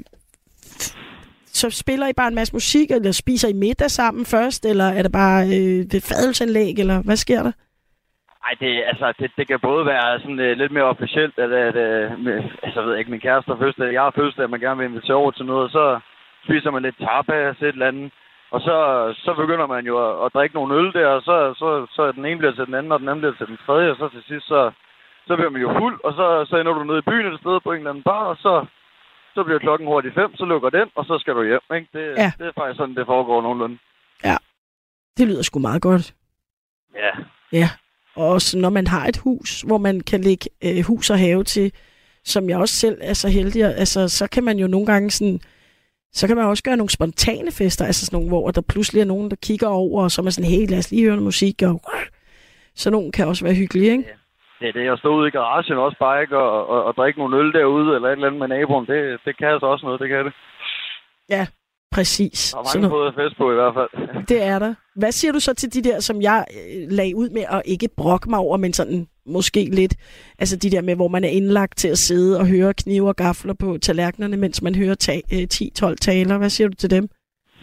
Så spiller I bare en masse musik, eller spiser I middag sammen først, eller er det bare ved fadelsanlæg, eller hvad sker der? Nej, det kan både være sådan lidt mere officielt, at jeg ved ikke, min kæreste har fødselsdag, jeg har fødselsdag, at man gerne vil invitere over til noget, og så spiser man lidt tapas, et eller andet, og så begynder man jo at drikke nogle øl der, og så den ene bliver til den anden, og den anden bliver til den tredje, og så til sidst, så bliver man jo fuld, og så ender du nede i byen et sted på en eller anden bar, og så bliver klokken hurtigt 5, så lukker den, og så skal du hjem, ikke? Det er faktisk sådan, det foregår nogenlunde. Ja, det lyder sgu meget godt. Ja. Ja. Og også når man har et hus, hvor man kan lægge hus og have til, som jeg også selv er så heldig, altså så kan man jo nogle gange sådan, så kan man også gøre nogle spontane fester, altså sådan nogle, hvor der pludselig er nogen, der kigger over, og så er man sådan, hey, lad os lige høre noget musik, og så nogen kan også være hyggelige, ikke? Ja, det er at stå ude i garagen også bare, ikke, og drikke nogle øl derude, eller et eller andet med naboen, det kan altså også noget, det kan det. Ja. Præcis. Der er mange måder at fest på i hvert fald. Det er der. Hvad siger du så til de der, som jeg lagde ud med at ikke brokke mig over, men sådan måske lidt, altså de der med, hvor man er indlagt til at sidde og høre knive og gafler på tallerkenerne, mens man hører 10-12 taler. Hvad siger du til dem?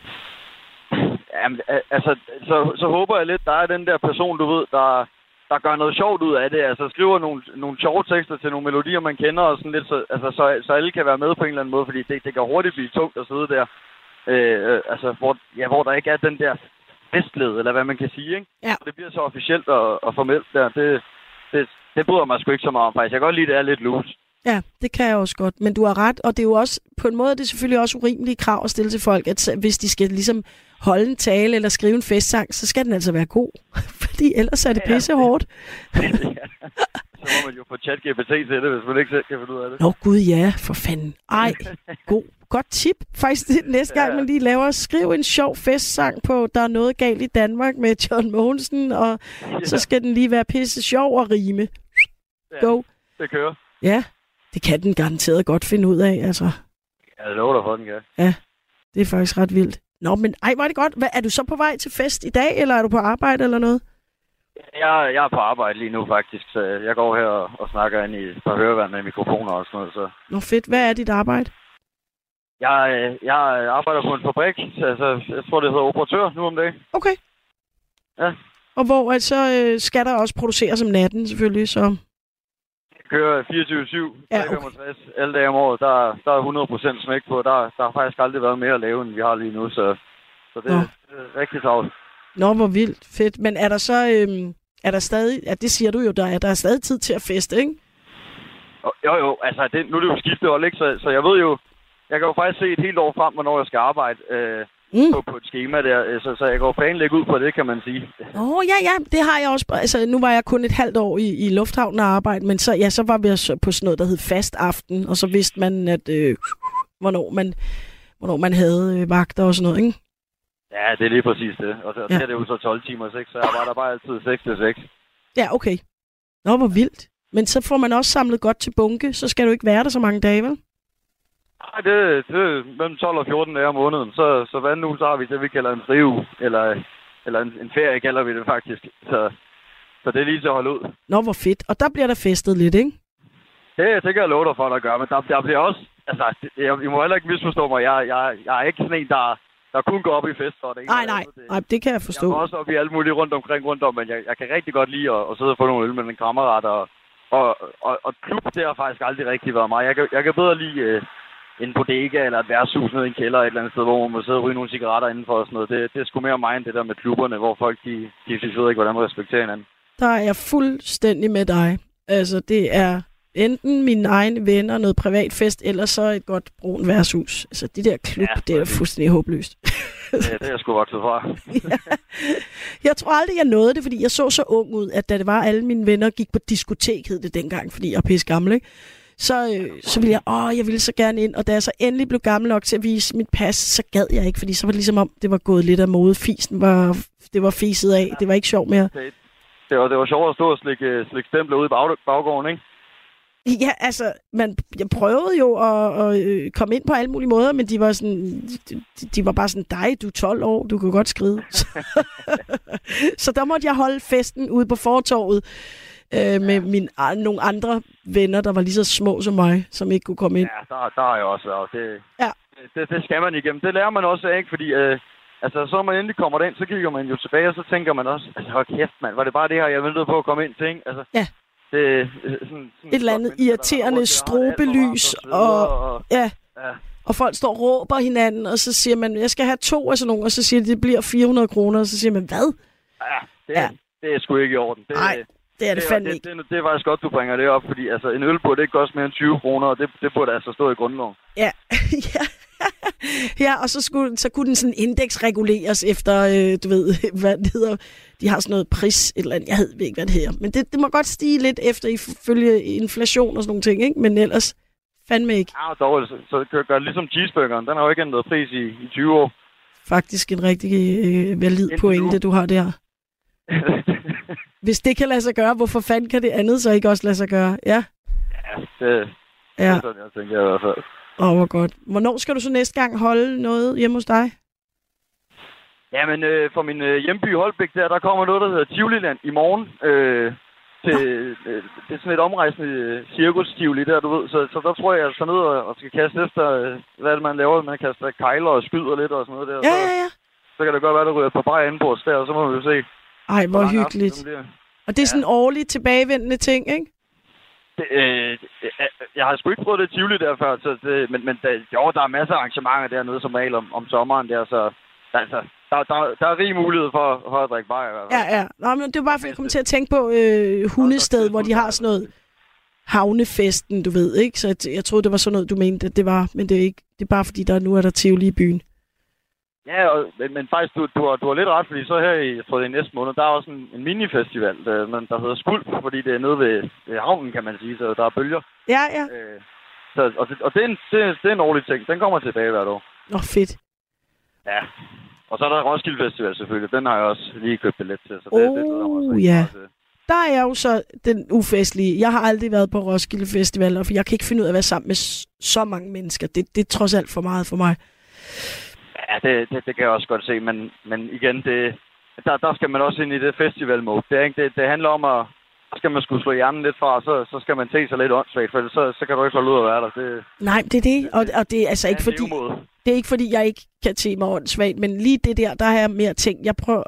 Jamen, altså, så håber jeg lidt, der er den der person, du ved, der gør noget sjovt ud af det. Altså skriver nogle sjove tekster til nogle melodier, man kender, og sådan lidt, så alle kan være med på en eller anden måde, fordi det kan hurtigt blive tungt at sidde der. Altså, hvor der ikke er den der festled, eller hvad man kan sige, ikke? Ja. Det bliver så officielt og formelt der. Det bryder mig sgu ikke så meget om, faktisk. Jeg kan godt lide, det er lidt loose. Ja, det kan jeg også godt. Men du har ret, og det er jo også, på en måde, det er selvfølgelig også urimelige krav at stille til folk, at hvis de skal ligesom holde en tale eller skrive en festsang, så skal den altså være god. Fordi ellers er det pissehårdt. Så må man jo få ChatGPT til det, hvis man ikke selv kan finde ud af det. Nå gud, ja, for fanden. Ej, godt tip. Faktisk det næste gang, man lige laver, skriv en sjov festsang på Der er noget galt i Danmark med John Mogensen, og så skal den lige være pisse sjov og rime. Go. Det kører. Ja, det kan den garanteret godt finde ud af, altså. Jeg lover dig for den, ja. Ja, det er faktisk ret vildt. Nå, men ej, var det godt. Er du så på vej til fest i dag, eller er du på arbejde eller noget? Jeg er på arbejde lige nu, faktisk. Så jeg går her og snakker ind i et par hørevand med mikrofoner og sådan noget. Så. Nå fedt. Hvad er dit arbejde? Jeg arbejder på en fabrik, altså jeg tror, det hedder operatør nu om dagen. Okay. Ja. Og hvor altså skal der også produceres om natten, selvfølgelig, så... Jeg kører 24/7, Ja, 65 alle dage om året. Der er 100% smæk på. Der har faktisk aldrig været mere at lave, end vi har lige nu, så det er rigtig travlt. Nå, hvor vildt. Fedt. Men er der så... er der stadig... Ja, det siger du jo, der er stadig tid til at feste, ikke? Jo, altså nu er det jo skiftehold, ikke? Så jeg ved jo... Jeg kan jo faktisk se et helt år frem, hvornår jeg skal arbejde på et schema der. Så jeg kan jo planlægge ud på det, kan man sige. Ja, det har jeg også. Altså, nu var jeg kun et halvt år i lufthavnen og arbejde, men så var vi på sådan noget, der hed fast aften, og så vidste man, at hvornår man havde vagter og sådan noget, ikke? Ja, det er lige præcis det. Og så er det jo så 12 timer, ikke? Så jeg var der bare altid 6 til 6. Ja, okay. Nå, hvor vildt. Men så får man også samlet godt til bunke, så skal du ikke være der så mange dage, vel? Nej, det er mellem 12 og 14 dage om måneden. Så hver nu så har vi det, vi kalder en friuge, eller en ferie kalder vi det faktisk. Så det er lige til at holde ud. Nå, hvor fedt. Og der bliver der festet lidt, ikke? Det kan jeg love dig for, at gøre, men der bliver også... Altså, I må heller ikke misforstå mig. Jeg er ikke sådan en, der kun går op i fest. Nej, det kan jeg forstå. Jeg går også op i alt muligt rundt om, men jeg kan rigtig godt lide at sidde og få nogle øl med en kammerat. Og klub, det har faktisk aldrig rigtig været mig. Jeg kan bedre lide en bodega eller et værtshus nede i en kælder et eller andet sted, hvor man må sidde og ryge nogle cigaretter indenfor og sådan noget. Det er sgu mere mig end det der med klubberne, hvor folk de ved ikke, hvordan man respekterer hinanden. Der er jeg fuldstændig med dig. Altså, det er enten mine egne venner, noget privatfest, eller så et godt brun værtshus. Altså, de der klub, det er fuldstændig håbløst. Det er jeg sgu vokset fra. Ja. Jeg tror aldrig, jeg nåede det, fordi jeg så ung ud, at da det var, alle mine venner gik på diskotek, hed det dengang, fordi jeg er pisse gammel, ikke? Så ville jeg ville så gerne ind, og da jeg så endelig blev gammel nok til at vise mit pas, så gad jeg ikke, fordi så var det ligesom om, det var gået lidt af mode. Det var fiset af, det var ikke sjovt mere. Det var sjovt at stå og slikke stempler ude i baggården, ikke? Ja, altså, jeg prøvede jo at komme ind på alle mulige måder, men de var bare sådan, du er 12 år, du kan godt skride. Så der måtte jeg holde festen ude på fortorvet med nogle andre venner, der var lige så små som mig, som ikke kunne komme ind. Ja, der har jeg også været. Det skal man igennem. Det lærer man også af, ikke? Fordi så når man endelig kommer derind, så kigger man jo tilbage, og så tænker man også, altså hold kæft, mand, var det bare det her, jeg ventede på at komme ind til, ikke? Altså, ja. Det, sådan et eller andet irriterende strobelys, og folk står og råber hinanden, og så siger man, jeg skal have 2 af sådan nogle, og så siger de, det bliver 400 kroner, og så siger man, hvad? Det er sgu ikke i orden. Nej, det er det fandme ikke. Det er faktisk godt, du bringer det op, fordi altså, en øl burde ikke koste mere end 20 kroner, og det burde altså stå i grundloven. Ja, ja, og så kunne den sådan indeksreguleres efter, du ved, hvad det hedder. De har sådan noget pris, et eller andet, jeg ved ikke, hvad det hedder. Men det må godt stige lidt efter ifølge inflation og sådan nogle ting, ikke? Men ellers fandme ikke. Ja, dog, så gør det ligesom cheeseburgeren. Den har jo ikke ændret pris i 20 år. Faktisk en rigtig valid pointe, du har der. Hvis det kan lade sig gøre, hvorfor fanden kan det andet så ikke også lade sig gøre? Ja. Det er sådan, jeg tænker i hvert fald. Hvor godt. Hvornår skal du så næste gang holde noget hjemme hos dig? Jamen, for min hjemby Holbæk der kommer noget, der hedder Tivoliland i morgen. Det er sådan et omrejsende cirkus-tivoli der, du ved. Så der tror jeg ned og skal kaste efter, hvad det man laver. Man kaster kejler og skyder lidt og sådan noget der. Ja. Så kan det godt være, der ryger et par bare inde på os der, og så må vi jo se. Ej, hvor hyggeligt. Og det er sådan en årligt tilbagevendende ting, ikke? Jeg har sgu ikke prøvet det Tivoli der før, men der er masser af arrangementer dernede som regel om sommeren der, så altså, der er rig mulighed for at drikke bajer. Ja. Nå, men det var bare, fordi jeg kom til at tænke på Hundested, hvor de har sådan noget havnefesten, du ved, ikke? Så jeg troede, det var sådan noget, du mente, at det var, men det er ikke. Det er bare, fordi nu er der Tivoli i byen. Ja, men faktisk, du har lidt ret, fordi så her i næste måned, der er også en minifestival, der hedder Skulp, fordi det er nede ved havnen, kan man sige, så der er bølger. Ja. Og det er en årlig ting. Den kommer tilbage hvert år. Nå, fedt. Ja. Og så er der Roskilde Festival selvfølgelig. Den har jeg også lige købt billet til. Så det ja. Der er jeg jo så den ufestlige. Jeg har aldrig været på Roskilde Festival, for jeg kan ikke finde ud af at være sammen med så mange mennesker. Det er trods alt for meget for mig. Ja, det kan jeg også godt se, men igen, der skal man også ind i det festival-mode. Det handler om så skal man skulle slå hjernen lidt fra, så skal man tage sig lidt åndssvagt, for så kan du ikke holde ud at være der. Nej, det er det, og det er altså ikke fordi... Det er ikke fordi, jeg ikke kan tage mig åndssvagt, men lige det der har jeg mere ting.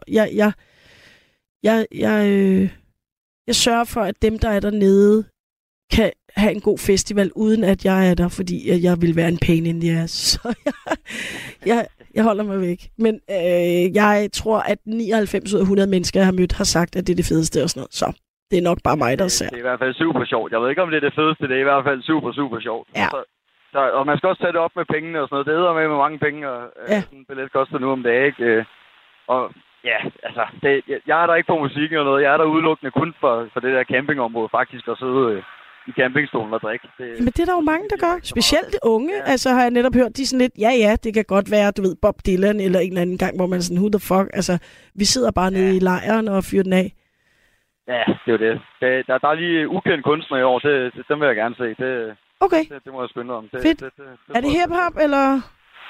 Jeg sørger for, at dem, der er dernede, kan have en god festival, uden at jeg er der, fordi jeg vil være en pain in the ass. Så jeg holder mig væk. Men jeg tror, at 99 ud af 100 mennesker, jeg har mødt, har sagt, at det er det fedeste og sådan noget. Så det er nok bare mig, der ser. Det er i hvert fald super sjovt. Jeg ved ikke, om det er det fedeste. Det er i hvert fald super, super sjovt. Ja. Og man skal også tage det op med pengene og sådan noget. Det æder med mange penge, og sådan en billet koster nu om dagen, ikke? Og ja, altså, jeg er der ikke på musikken og noget. Jeg er der udelukkende kun for det der campingområde, faktisk, at sidde i campingstolen og drikke. Men det er der jo mange, der gør. Specielt unge. Ja. Altså har jeg netop hørt, de sådan lidt, ja, det kan godt være, du ved, Bob Dylan eller en eller anden gang, hvor man sådan, who the fuck, altså, vi sidder bare nede i lejren og fyrer den af. Ja, det er jo det. Der er lige ukendt kunstner i år, dem vil jeg gerne se. Okay. Det må jeg spænde om. Fedt. Er det hip-hop, eller?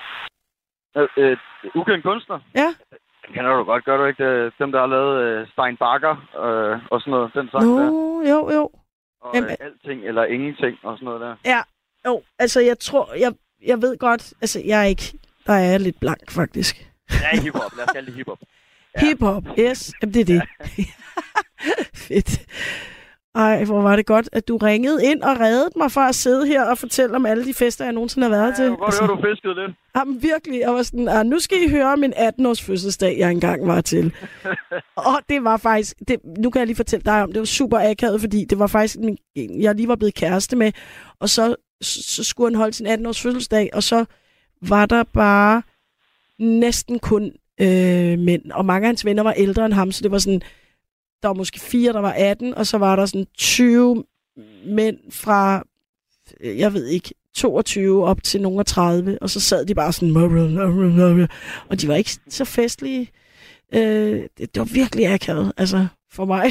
Ukendt kunstner? Ja. Den kender du godt, gør du ikke? Dem, der har lavet Stein Bakker og sådan noget. Den sang der. Jo. Og alting eller ingenting og sådan noget der. Ja, jo. Altså, jeg tror, jeg ved godt, altså, jeg er ikke, der er jeg lidt blank, faktisk. Ja, hiphop. Lad os kalde det hiphop. Ja. Hiphop, yes. Jamen, det er det. Ja. Fedt. Ej, hvor var det godt, at du ringede ind og reddede mig for at sidde her og fortælle om alle de fester, jeg nogensinde har været til. Ja, godt høre, du fiskede lidt. Jamen virkelig, jeg var sådan, nu skal I høre min 18-års fødselsdag, jeg engang var til. Og det var faktisk, nu kan jeg lige fortælle dig om, det var super akavet, fordi det var faktisk, jeg lige var blevet kæreste med, og så skulle han holde sin 18-års fødselsdag, og så var der bare næsten kun mænd, og mange af hans venner var ældre end ham, så det var sådan, der var måske 4, der var 18, og så var der sådan 20 mænd fra, jeg ved ikke, 22 op til nogle af 30, og så sad de bare sådan, og de var ikke så festlige. Det var virkelig akavet, altså, for mig.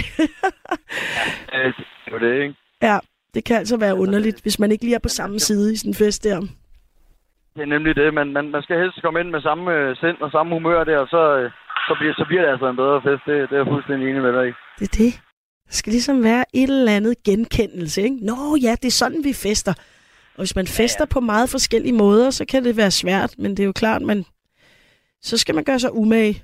Det var det, ikke? Ja, det kan altså være underligt, hvis man ikke lige er på samme side i sådan en fest der. Det er nemlig det, man skal helst komme ind med samme sind og samme humør der, og så bliver det altså en bedre fest. Det er jeg fuldstændig enig med dig i. Det er det. Der skal ligesom være et eller andet genkendelse, ikke? Nå ja, det er sådan, vi fester. Og hvis man fester på meget forskellige måder, så kan det være svært, men det er jo klart, så skal man gøre sig umage.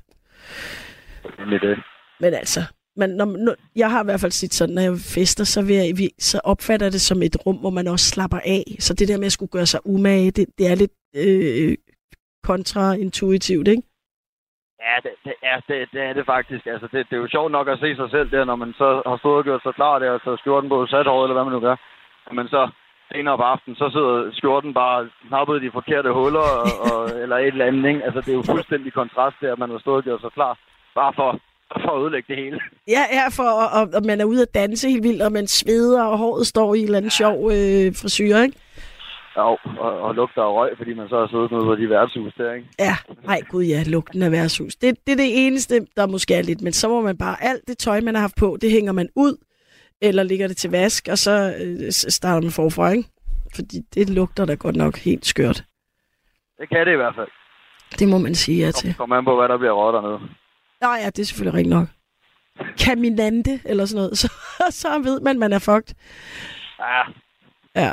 Det er det. Men altså, jeg har i hvert fald set sådan, når jeg fester, så opfatter det som et rum, hvor man også slapper af. Så det der med at skulle gøre sig umage, det er lidt kontraintuitivt, ikke? Ja, det er det faktisk. Altså, det er jo sjovt nok at se sig selv der, når man så har stået og gjort sig klar der, og så skjorten på sat håret, eller hvad man nu gør. Men så senere på aftenen, så sidder skjorten bare knappet i de forkerte huller, eller et eller andet, ikke? Altså, det er jo fuldstændig kontrast der, at man har stået og gjort sig klar, bare for at ødelægge det hele. Ja, og man er ude at danse helt vildt, og man sveder, og håret står i en eller anden sjov frisyr, ikke? Ja, og lugter af røg, fordi man så har siddet ude på de værtshus der, ikke? Ja, nej gud ja, lugten af værtshus. Det er det eneste, der måske er lidt, men så må man bare, alt det tøj, man har haft på, det hænger man ud, eller ligger det til vask, og så starter man forfra, ikke? Fordi det lugter da godt nok helt skørt. Det kan det i hvert fald. Det må man sige ja til. Kom an på, hvad der bliver røget dernede. Nå ja, det er selvfølgelig rigtigt nok. Caminante, eller sådan noget, så ved man er fucked. Ja.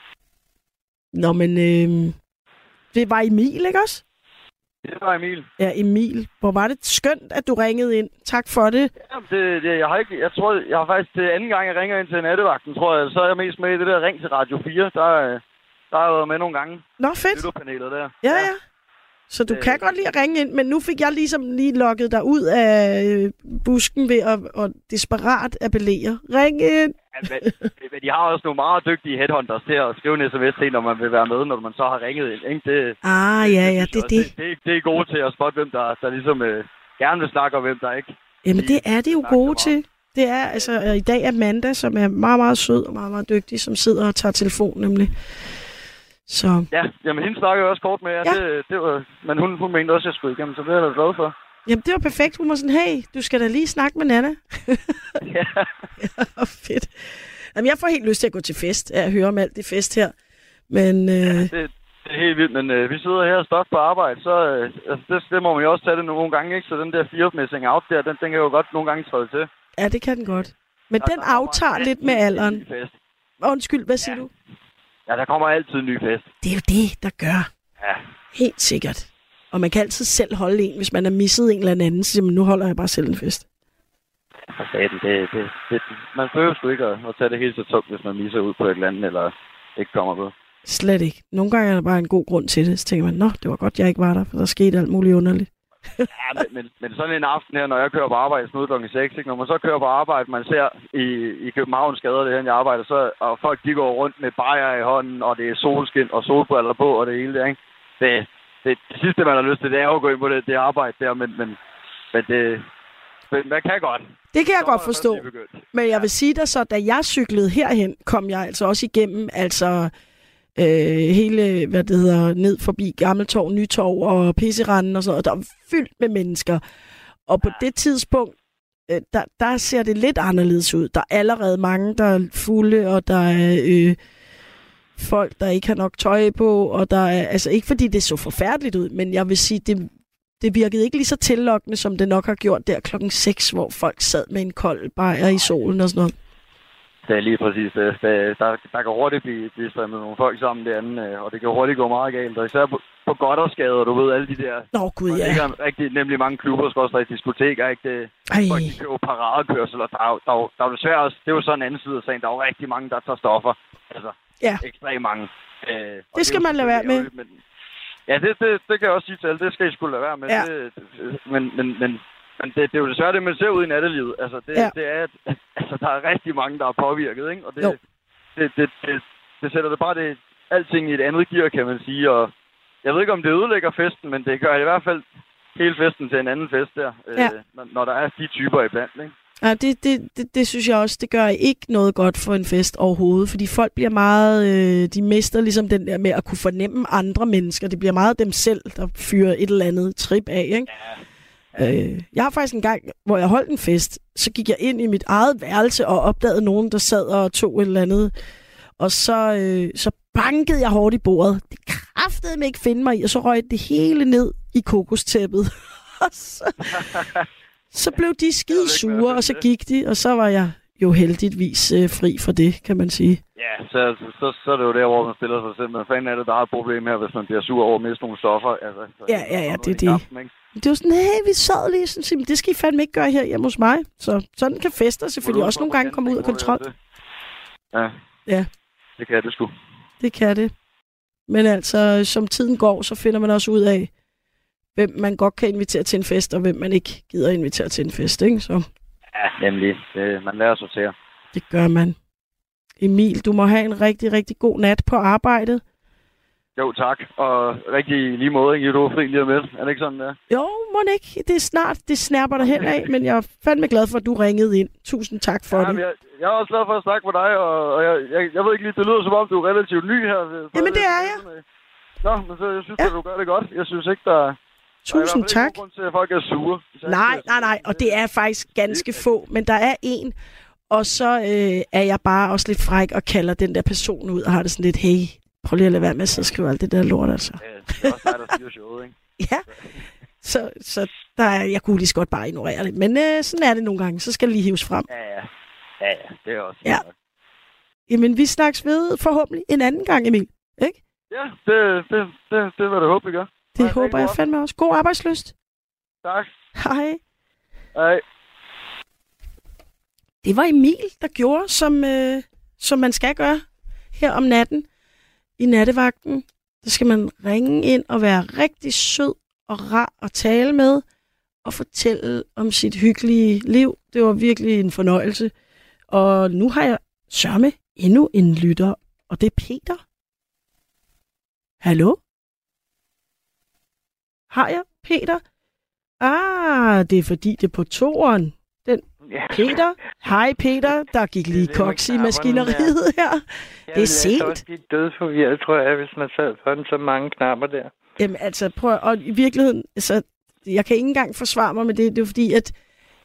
Nå, men det var Emil, ikke også? Det var Emil. Ja, Emil. Hvor var det skønt, at du ringede ind. Tak for det. Ja, jeg har faktisk det anden gang, jeg ringer ind til nattevagten, tror jeg. Så er jeg mest med i det der Ring til Radio 4. Der har jeg været med nogle gange. Nå, fedt. Lytterpanelet der. Ja. Så du kan godt lide at ringe ind, men nu fik jeg lige lukket dig ud af busken ved at desperat appellere. Ring ind! Ja, men de har også nogle meget dygtige headhunters til at skrive en sms til, når man vil være med, når man så har ringet ind. Ikke? Det Det er gode til at spotte, hvem der ligesom gerne vil snakke, og hvem der ikke. Jamen det er det jo gode til. Det er altså i dag Amanda, som er meget, meget sød og meget, meget dygtig, som sidder og tager telefon nemlig. Så. Ja, jamen hende snakker jo også kort med jer. Ja. Det var, men hun mente også, at jeg skulle igennem, så det er jeg da glad for. Jamen det var perfekt. Hun var sådan, hey, du skal da lige snakke med Nana. Ja. Ja, fedt. Jamen jeg får helt lyst til at gå til fest, at høre om alt det fest her. Men det er helt vildt, men vi sidder her og står på arbejde, så det må man jo også tage det nogle gange, ikke? Så den der fear of missing out der, den kan jo godt nogle gange træde til. Ja, det kan den godt. Men den aftager lidt med alderen. Undskyld, hvad siger du? Ja, der kommer altid en ny fest. Det er jo det, der gør. Ja. Helt sikkert. Og man kan altid selv holde en, hvis man har misset en eller anden, så siger man, nu holder jeg bare selv en fest. For satan, man behøver sgu ikke at tage det helt så tungt, hvis man misser ud på et eller andet, eller ikke kommer på. Slet ikke. Nogle gange er der bare en god grund til det. Så tænker man, det var godt, jeg ikke var der, for der skete alt muligt underligt. Ja, men sådan en aften her, når jeg kører på arbejde snudt kl. 6, ikke? Når man så kører på arbejde, man ser i Københavns gader, det her, jeg arbejder, så, og folk de går rundt med bajer i hånden, og det er solskin og solbriller på, og det hele der, ikke? Det sidste, man har lyst til, det er at gå ind på det arbejde der, men man kan godt. Det kan jeg godt forstå. Men jeg vil sige dig så, da jeg cyklede herhen, kom jeg altså også igennem, hele, ned forbi Gammeltorv, Nytorv og Pisseranden og sådan noget. Der var fyldt med mennesker. Og på det tidspunkt, der ser det lidt anderledes ud. Der er allerede mange, der er fulde, og der er folk, der ikke har nok tøj på, og der er, altså ikke fordi det så forfærdeligt ud, men jeg vil sige, det virkede ikke lige så tillokkende, som det nok har gjort der klokken 6, hvor folk sad med en kold bajer i solen og sådan noget. Det er lige præcis det. Der kan hurtigt blive strømmet nogle folk sammen derinde, og det kan hurtigt gå meget galt. Og især på Goddersgade, du ved, alle de der... Gud, ja. Der ligger rigtig, nemlig mange klubber, skal også rigtig diskoteker, ikke? Folk, de køber paradekørsel, og der er jo desværre også... Det er jo sådan en anden side af sagen. Der er jo rigtig mange, der tager stoffer. Altså, ekstremt mange. Det skal man lade være med. Men, ja, det kan jeg også sige til alle. Det skal I sgu lade være med. Ja. Men det er jo desværre det, man ser ud i nattelivet. Altså, det er, at der er rigtig mange, der er påvirket, ikke? Og det sætter det bare alting i et andet gear, kan man sige. Og jeg ved ikke, om det ødelægger festen, men det gør i hvert fald hele festen til en anden fest der, når der er de typer iblandt, ikke? Ja, det synes jeg også, det gør ikke noget godt for en fest overhovedet, fordi folk bliver meget, de mister ligesom den der med at kunne fornemme andre mennesker. Det bliver meget dem selv, der fyrer et eller andet trip af, ikke? Ja. Jeg har faktisk en gang, hvor jeg holdt en fest, så gik jeg ind i mit eget værelse og opdagede nogen, der sad og tog et eller andet. Og så bankede jeg hårdt i bordet. Det kræftede mig ikke finde mig i, og så røg det hele ned i kokostæppet. Og så blev de skide sure, og så gik de, og så var jeg jo heldigvis fri for det, kan man sige. Ja, så er det jo der, hvor man stiller sig selv. Men fanden er det, der er et problem her, hvis man bliver sur over at miste nogle stoffer? Altså, ja, det er det. Aften, det var sådan, hey, vi sad lige sådan, det skal I fandme ikke gøre her hjemme hos mig. Så sådan kan fester selvfølgelig også nogle gange komme ud af kontrol. Ja. Det kan det sgu. Det kan det. Men altså, som tiden går, så finder man også ud af, hvem man godt kan invitere til en fest, og hvem man ikke gider invitere til en fest, ikke? Så. Ja, nemlig. Man lærer at sortere. Det gør man. Emil, du må have en rigtig, rigtig god nat på arbejdet. Jo, tak. Og rigtig lige måde, ikke? Du er fri lige om lidt. Er det ikke sådan, der? Jo, må ikke. Det er snart. Det snærper dig hen af, men jeg er fandme glad for, at du ringede ind. Tusind tak for det. Jeg er også glad for at snakke med dig, og jeg ved ikke lige, det lyder som om, du er relativt ny her. Jamen, det er jeg. Nå, men så jeg synes, at du gør det godt. Jeg synes ikke, der... Tusind tak. Der er grund til, at folk er sure. Nej. Og det er faktisk ganske få, men der er en. Og så er jeg bare også lidt fræk og kalder den der person ud og har det sådan lidt, hey, prøv lige at lade være med at sidde og skrive alt det der lort, altså. Ja, det er også dig, der styrer showet, ikke? Ja, så der er, jeg kunne lige så godt bare ignorere det. Men sådan er det nogle gange, så skal det lige hives frem. Ja, det er også. Ja. Jamen, vi snakkes ved forhåbentlig en anden gang, Emil, ikke? Ja, det var det håb, vi gør. Det håber jeg fandme også. God arbejdslyst. Tak. Hej. Hej. Det var Emil, der gjorde, som man skal gøre her om natten. I nattevagten, der skal man ringe ind og være rigtig sød og rar at tale med og fortælle om sit hyggelige liv. Det var virkelig en fornøjelse. Og nu har jeg sørme endnu en lytter, og det er Peter. Hallo? Har jeg Peter? Det er fordi det er på toeren. Peter? Hej Peter, der gik lige koks i maskineriet her. Det er sent. Jeg også blive dødforvirret, tror jeg, hvis man sad sådan så mange knapper der. Jamen altså, prøv, og i virkeligheden, altså, jeg kan ikke engang forsvare mig med det. Det er fordi, at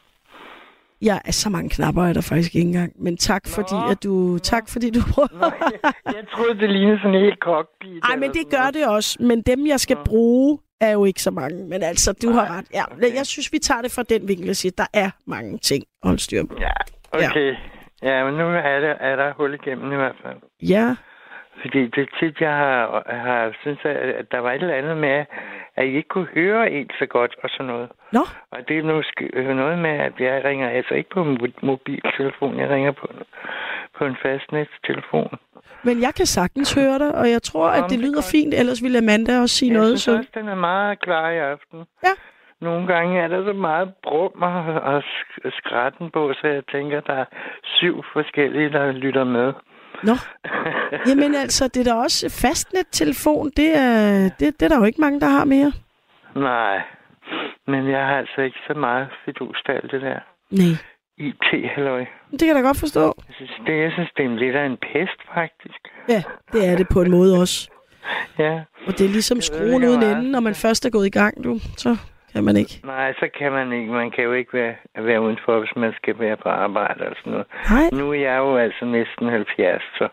så mange knapper er der faktisk ikke engang. Men tak fordi du prøver. Jeg troede, det lignede sådan en helt kokbit. Nej, men det gør det også. Men dem, jeg skal bruge, er jo ikke så mange. Men altså, du har ret. Ja, okay. Jeg synes, vi tager det fra den vinkel og siger, at der er mange ting at holde styr på. Ja, okay. Ja, men nu er der hul igennem i hvert fald. Ja. Fordi det tit, jeg har synes, at der var et eller andet med, at I ikke kunne høre en så godt og sådan noget. Nå? Og det er noget med, at jeg ringer altså ikke på en mobiltelefon, jeg ringer på en fastnettelefon. Men jeg kan sagtens høre dig, og jeg tror, at det lyder fint, ellers ville Amanda også sige noget. Jeg synes også, den er meget klar i aften. Ja. Nogle gange er der så meget brum og skratten på, så jeg tænker, der er 7 forskellige, der lytter med. Nå. Jamen altså, det er da også fastnettelefon. Det er der jo ikke mange, der har mere. Nej. Men jeg har altså ikke så meget fidus til alt det der. Nej. IT-halløj. Det kan jeg da godt forstå. Jeg synes, det er lidt af en pest, faktisk. Ja, det er det på en måde også. Ja. Og det er ligesom skruen uden ende, når man først er gået i gang, så kan man ikke. Nej, så kan man ikke. Man kan jo ikke være udenfor, hvis man skal være på arbejde og sådan noget. Nej. Nu er jeg jo altså næsten 70, så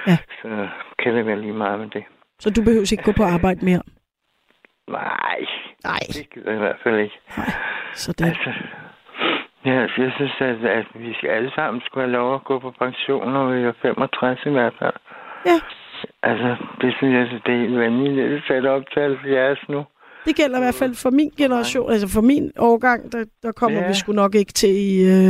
kan det være lige meget med det. Så du behøver ikke gå på arbejde mere? Nej. Det gider jeg i hvert fald ikke. Nej, sådan. Altså, jeg synes, at vi alle sammen skulle have lov at gå på pension, når vi er 65 i hvert fald. Ja. Altså, det synes jeg, det er helt vanvittigt. Det er sat op til 70 nu. Det gælder i hvert fald for min generation, altså for min årgang, der kommer vi sgu nok ikke til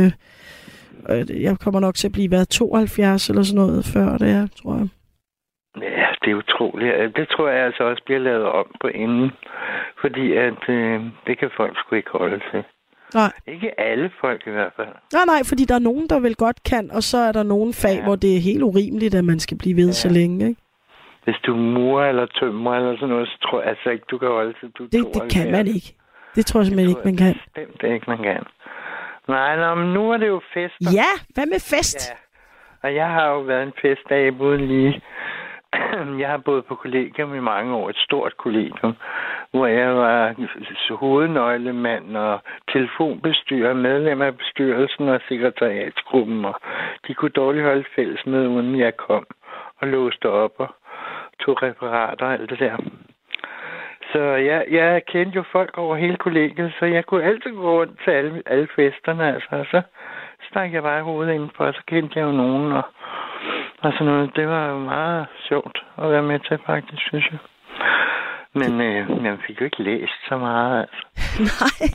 jeg kommer nok til at blive 72 eller sådan noget før det er, tror jeg. Ja, det er utroligt. Det tror jeg altså også bliver lavet om på inden, fordi at det kan folk sgu ikke holde til. Nej. Ikke alle folk i hvert fald. Nej, fordi der er nogen, der vel godt kan, og så er der nogle fag, hvor det er helt urimeligt, at man skal blive ved så længe, ikke? Hvis du er murer eller tømrer eller sådan noget, så tror jeg altså ikke, du kan holde til. Det kan man ikke. Det tror jeg simpelthen ikke, man kan. Det er ikke, man kan. Nej, men nu er det jo fester. Ja, hvad med fest? Ja. Og jeg har jo været en festdag uden lige. Jeg har boet på kollegium i mange år, et stort kollegium, hvor jeg var hovednøglemand og telefonbestyrer, medlem af bestyrelsen og sekretariatsgruppen, og de kunne dårligt holde fælles med, uden jeg kom og låste op og tog referater og alt det der. Så jeg kendte jo folk over hele kollegiet, så jeg kunne altid gå rundt til alle festerne, altså. Og så stak jeg bare hovedet indenfor, og så kendte jeg jo nogen, og sådan noget. Det var jo meget sjovt at være med til, faktisk, synes jeg. Men jeg fik jo ikke læst så meget, altså. Nej.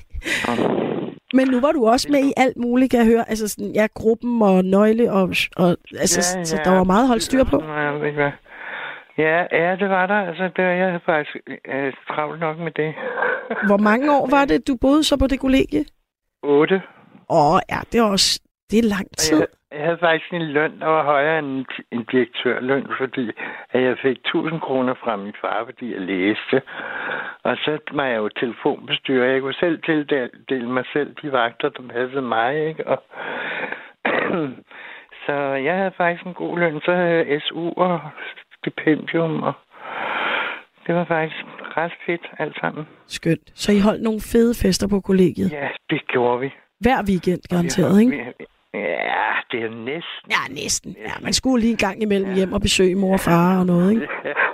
Men nu var du også med i alt muligt, kan jeg høre. Altså sådan, gruppen og nøgle, og altså, så der var meget holdt styr på. Ja, det var der. Altså, jeg havde faktisk travlt nok med det. Hvor mange år var det, du boede så på det kollegie? 8. Ja, det er lang tid. Jeg havde faktisk en løn, der var højere end en direktørløn, fordi at jeg fik 1.000 kroner fra min far, fordi jeg læste. Og så var jeg jo telefonbestyrer. Jeg kunne selv tildele mig selv de vagter, der passede mig, ikke? Og så jeg havde faktisk en god løn. Så havde jeg SU og stipendium, og det var faktisk ret fedt alt sammen. Skønt. Så I holdt nogle fede fester på kollegiet? Ja, det gjorde vi. Hver weekend, garanteret, ikke? Ja, det er næsten. Ja, næsten. Ja, man skulle lige en gang imellem hjem og besøge mor og far og noget, ikke?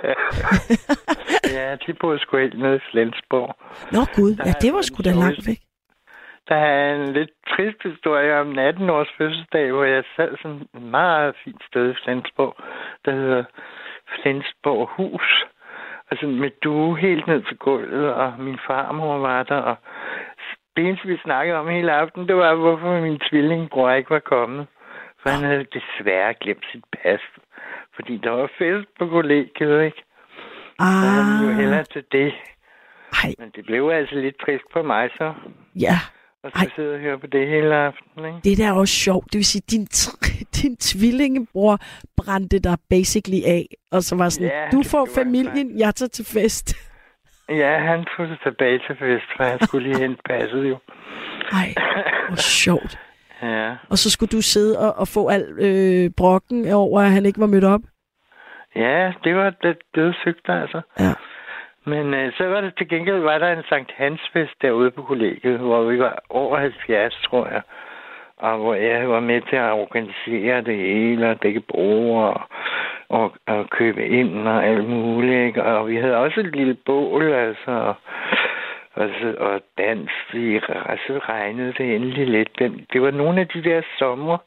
Ja, de boede sgu helt nede i Flensborg. Nå gud, ja, det var sgu da langt væk. Der er en lidt trist historie om 18 års fødselsdag, hvor jeg sad sådan et meget fint sted i Flensborg, der hedder Flensborg Hus. Altså med due helt ned til gulvet, og min farmor var der, og det eneste, vi snakkede om hele aften, det var, hvorfor min tvillingbror ikke var kommet. For han havde desværre glemt sit pas. Fordi der var fest på kollegiet, ikke? Så han jo hellere til det. Ej. Men det blev altså lidt trist på mig, så. Ja. Og så sidder og hører på det hele aften, ikke? Det der er også sjovt. Det vil sige, din tvillingebror brændte dig basically af. Og så var sådan, du får familien, jeg tager til fest. Ja, han tog sig tilbage til fest, for han skulle lige hente passet jo. Ej, hvor sjovt. Ja. Og så skulle du sidde og få al brokken over, at han ikke var mødt op? Ja, det var det dødssygt, altså. Ja. Men så var det til gengæld, var der en Sankt Hans-fest derude på kollegiet, hvor vi var over 70, tror jeg. Og hvor jeg var med til at organisere det hele, og dække broer, og købe ind og alt muligt, ikke? Og vi havde også et lille bål, altså, og dans. Vi regnede det endelig lidt. Det var nogle af de der sommer,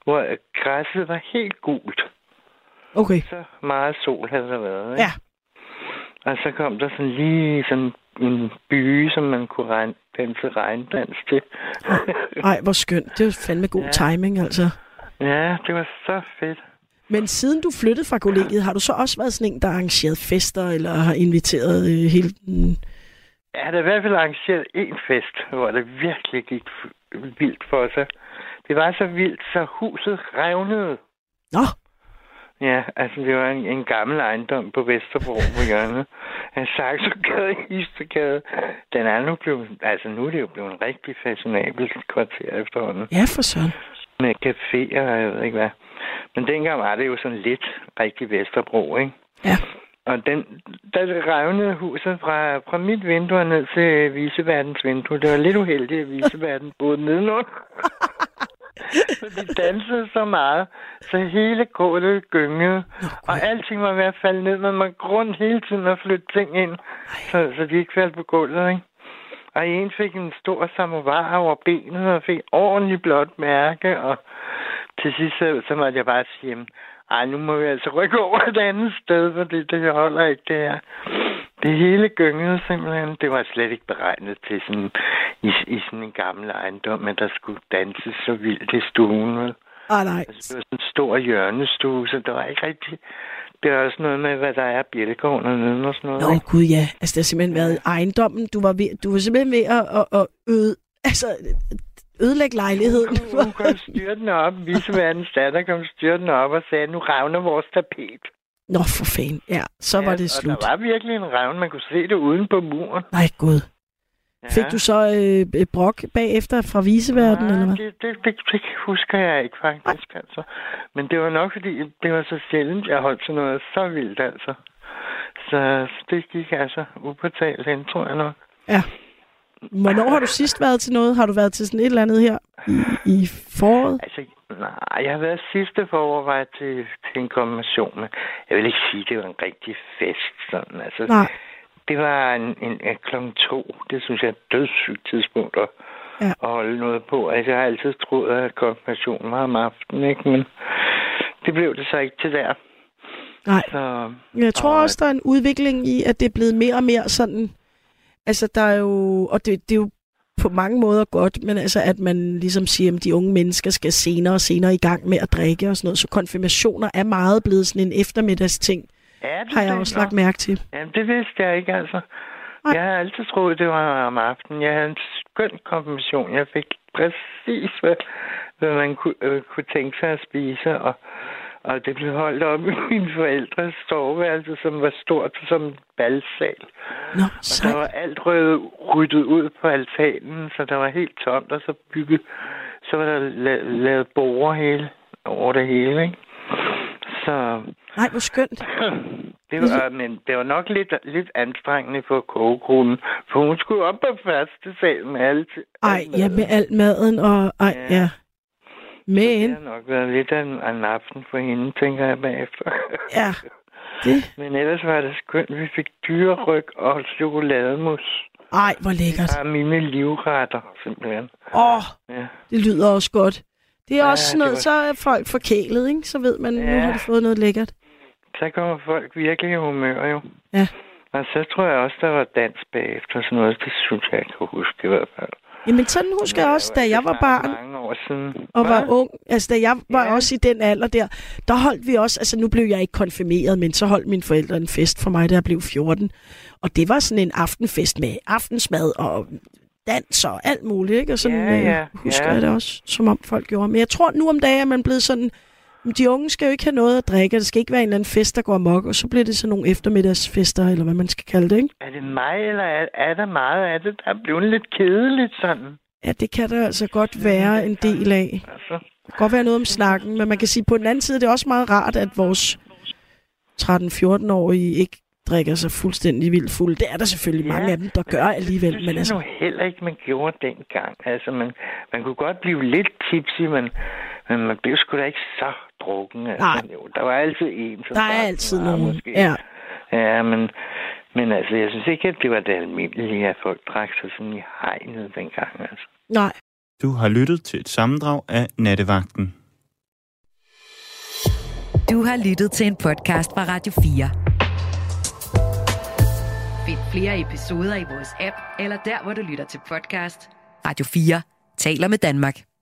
hvor græsset var helt gult. Okay. Så meget sol havde der været, ikke? Ja. Og så kom der sådan lige sådan en byge, som man kunne danse regndans til. Ej, hvor skønt. Det var fandme god timing, altså. Ja, det var så fedt. Men siden du flyttede fra kollegiet, har du så også været sådan en, der arrangeret fester, eller har inviteret hele den? Jeg har da i hvert fald arrangeret en fest, hvor det virkelig gik vildt for sig. Det var så vildt, så huset revnede. Nå. Ja, altså det var en gammel ejendom på Vesterbro på hjørnet. En Saxogade, Istergade. Den er nu blevet, altså nu er det jo blevet en rigtig fashionabel kvarter efterhånden. Ja, for sådan. Med caféer og jeg ved ikke hvad. Men dengang var det jo sådan lidt rigtig Vesterbro, ikke? Ja. Og da det revnede huset fra mit vindue ned til viceværtens vindue, det var lidt uheldigt, at viceverden boede nedenunder. Så de dansede så meget, så hele gulvet gyngede, og alting var ved at falde ned, men man grund hele tiden at flytte ting ind, så de ikke faldt på gulvet, ikke? Og en fik en stor samovar over benet, og fik ordentligt blåt mærke, og til sidst så måtte jeg bare sige, nu må vi altså rykke over et andet sted, for det holder ikke det her. Det hele gyngede simpelthen. Det var slet ikke beregnet til sådan i sådan en gammel ejendom, men der skulle danses så vildt i stuen. Vel? Nej. Altså, det var sådan en stor hjørnestue, så der var ikke rigtig... Det er også noget med, hvad der er bjælkegården og neden og sådan noget. Nå, gud ja. Altså, det har simpelthen været ejendommen. Du var simpelthen ved at ødelægge lejligheden. Hun kom styrtende op. Viceværtens datter kom styrtende op og sagde, nu revner vores tapet. Nå, for fanden. Ja, så var det slut. Og der var virkelig en revne. Man kunne se det uden på muren. Nej, gud. Ja. Fik du så brok bagefter fra viceverden, eller hvad? Det husker jeg ikke faktisk, altså. Men det var nok, fordi det var så sjældent, jeg holdt sådan noget så vildt, altså. Så det gik altså upåtalt hen, tror jeg nok. Ja. Hvornår har du sidst været til noget? Har du været til sådan et eller andet her i foråret? Altså, nej, jeg har været sidste forår, var jeg til en konfirmation, men jeg vil ikke sige, at det var en rigtig fest, sådan, altså. Nej. Det var en 2:00. Det synes jeg er et dødssygt tidspunkt at holde noget på. Altså, jeg har altid troet, at konfirmationen var om aftenen, ikke? Men det blev det så ikke til der. Nej. Så, jeg tror også, der er en udvikling i, at det er blevet mere og mere sådan... Altså, der er jo... Og det er jo på mange måder godt, men altså, at man ligesom siger, at de unge mennesker skal senere og senere i gang med at drikke og sådan noget. Så konfirmationer er meget blevet sådan en eftermiddagsting. Ja, har jeg også lagt mærke til. Jamen, det vidste jeg ikke, altså. Jeg har altid troet, det var om aftenen. Jeg havde en skøn konfirmation. Jeg fik præcis, hvad man kunne tænke sig at spise, og det blev holdt op i mine forældres soveværelse, som var stort som en balsal. Nå, og der var alt ryddet ud på altanen, så der var helt tomt, og så var der lavet borer over det hele, ikke? Så... Nej, hvor skønt. Men det var nok lidt anstrengende for kogekronen, for hun skulle op på første sal med alt med al maden og... ja. Men... Det har nok været lidt af en aften for hende, tænker jeg bagefter. Ja. Det. Men ellers var det skønt. Vi fik dyreryg og chokolademus. Ej, hvor lækkert. Det var mine livretter, simpelthen. Det lyder også godt. Det er også sådan noget, så er folk forkælet, ikke? Så ved man, nu har de fået noget lækkert. Så kommer folk virkelig i humør, jo. Ja. Og så tror jeg også, der var dans bagefter, sådan noget. Det synes jeg ikke kan huske i hvert fald. Jamen, sådan husker jeg også, da jeg var barn. Mange år siden. Og var ung. Altså, da jeg var også i den alder der holdt vi også... Altså, nu blev jeg ikke konfirmeret, men så holdt mine forældre en fest for mig, da jeg blev 14. Og det var sådan en aftenfest med aftensmad og dans og alt muligt, ikke? Og sådan husker jeg det også, som om folk gjorde. Men jeg tror nu om dagen, at man er blevet sådan... De unge skal jo ikke have noget at drikke, det skal ikke være en eller anden fest, der går amok, og så bliver det sådan nogle eftermiddagsfester, eller hvad man skal kalde det, ikke? Er det mig, eller er der meget af det, der er blevet lidt kedeligt sådan? Ja, det kan der altså godt være en del af. Altså. Det kan godt være noget om snakken, men man kan sige, på den anden side, det er også meget rart, at vores 13-14-årige ikke drikker sig fuldstændig vildt fuld. Det er der selvfølgelig mange af dem, der gør alligevel. Det er nu heller ikke, man gjorde dengang. Altså, man kunne godt blive lidt tipsy, men man blev sgu da ikke så drukken. Altså, jo, der var altid en. Der er altid nogen. Måske. Ja, men altså, jeg synes ikke, at det var det almindelige, at folk drak sig sådan i hegnet dengang. Altså. Nej. Du har lyttet til et sammendrag af Nattevagten. Du har lyttet til en podcast fra Radio 4. Find flere episoder i vores app, eller der, hvor du lytter til podcast. Radio 4 taler med Danmark.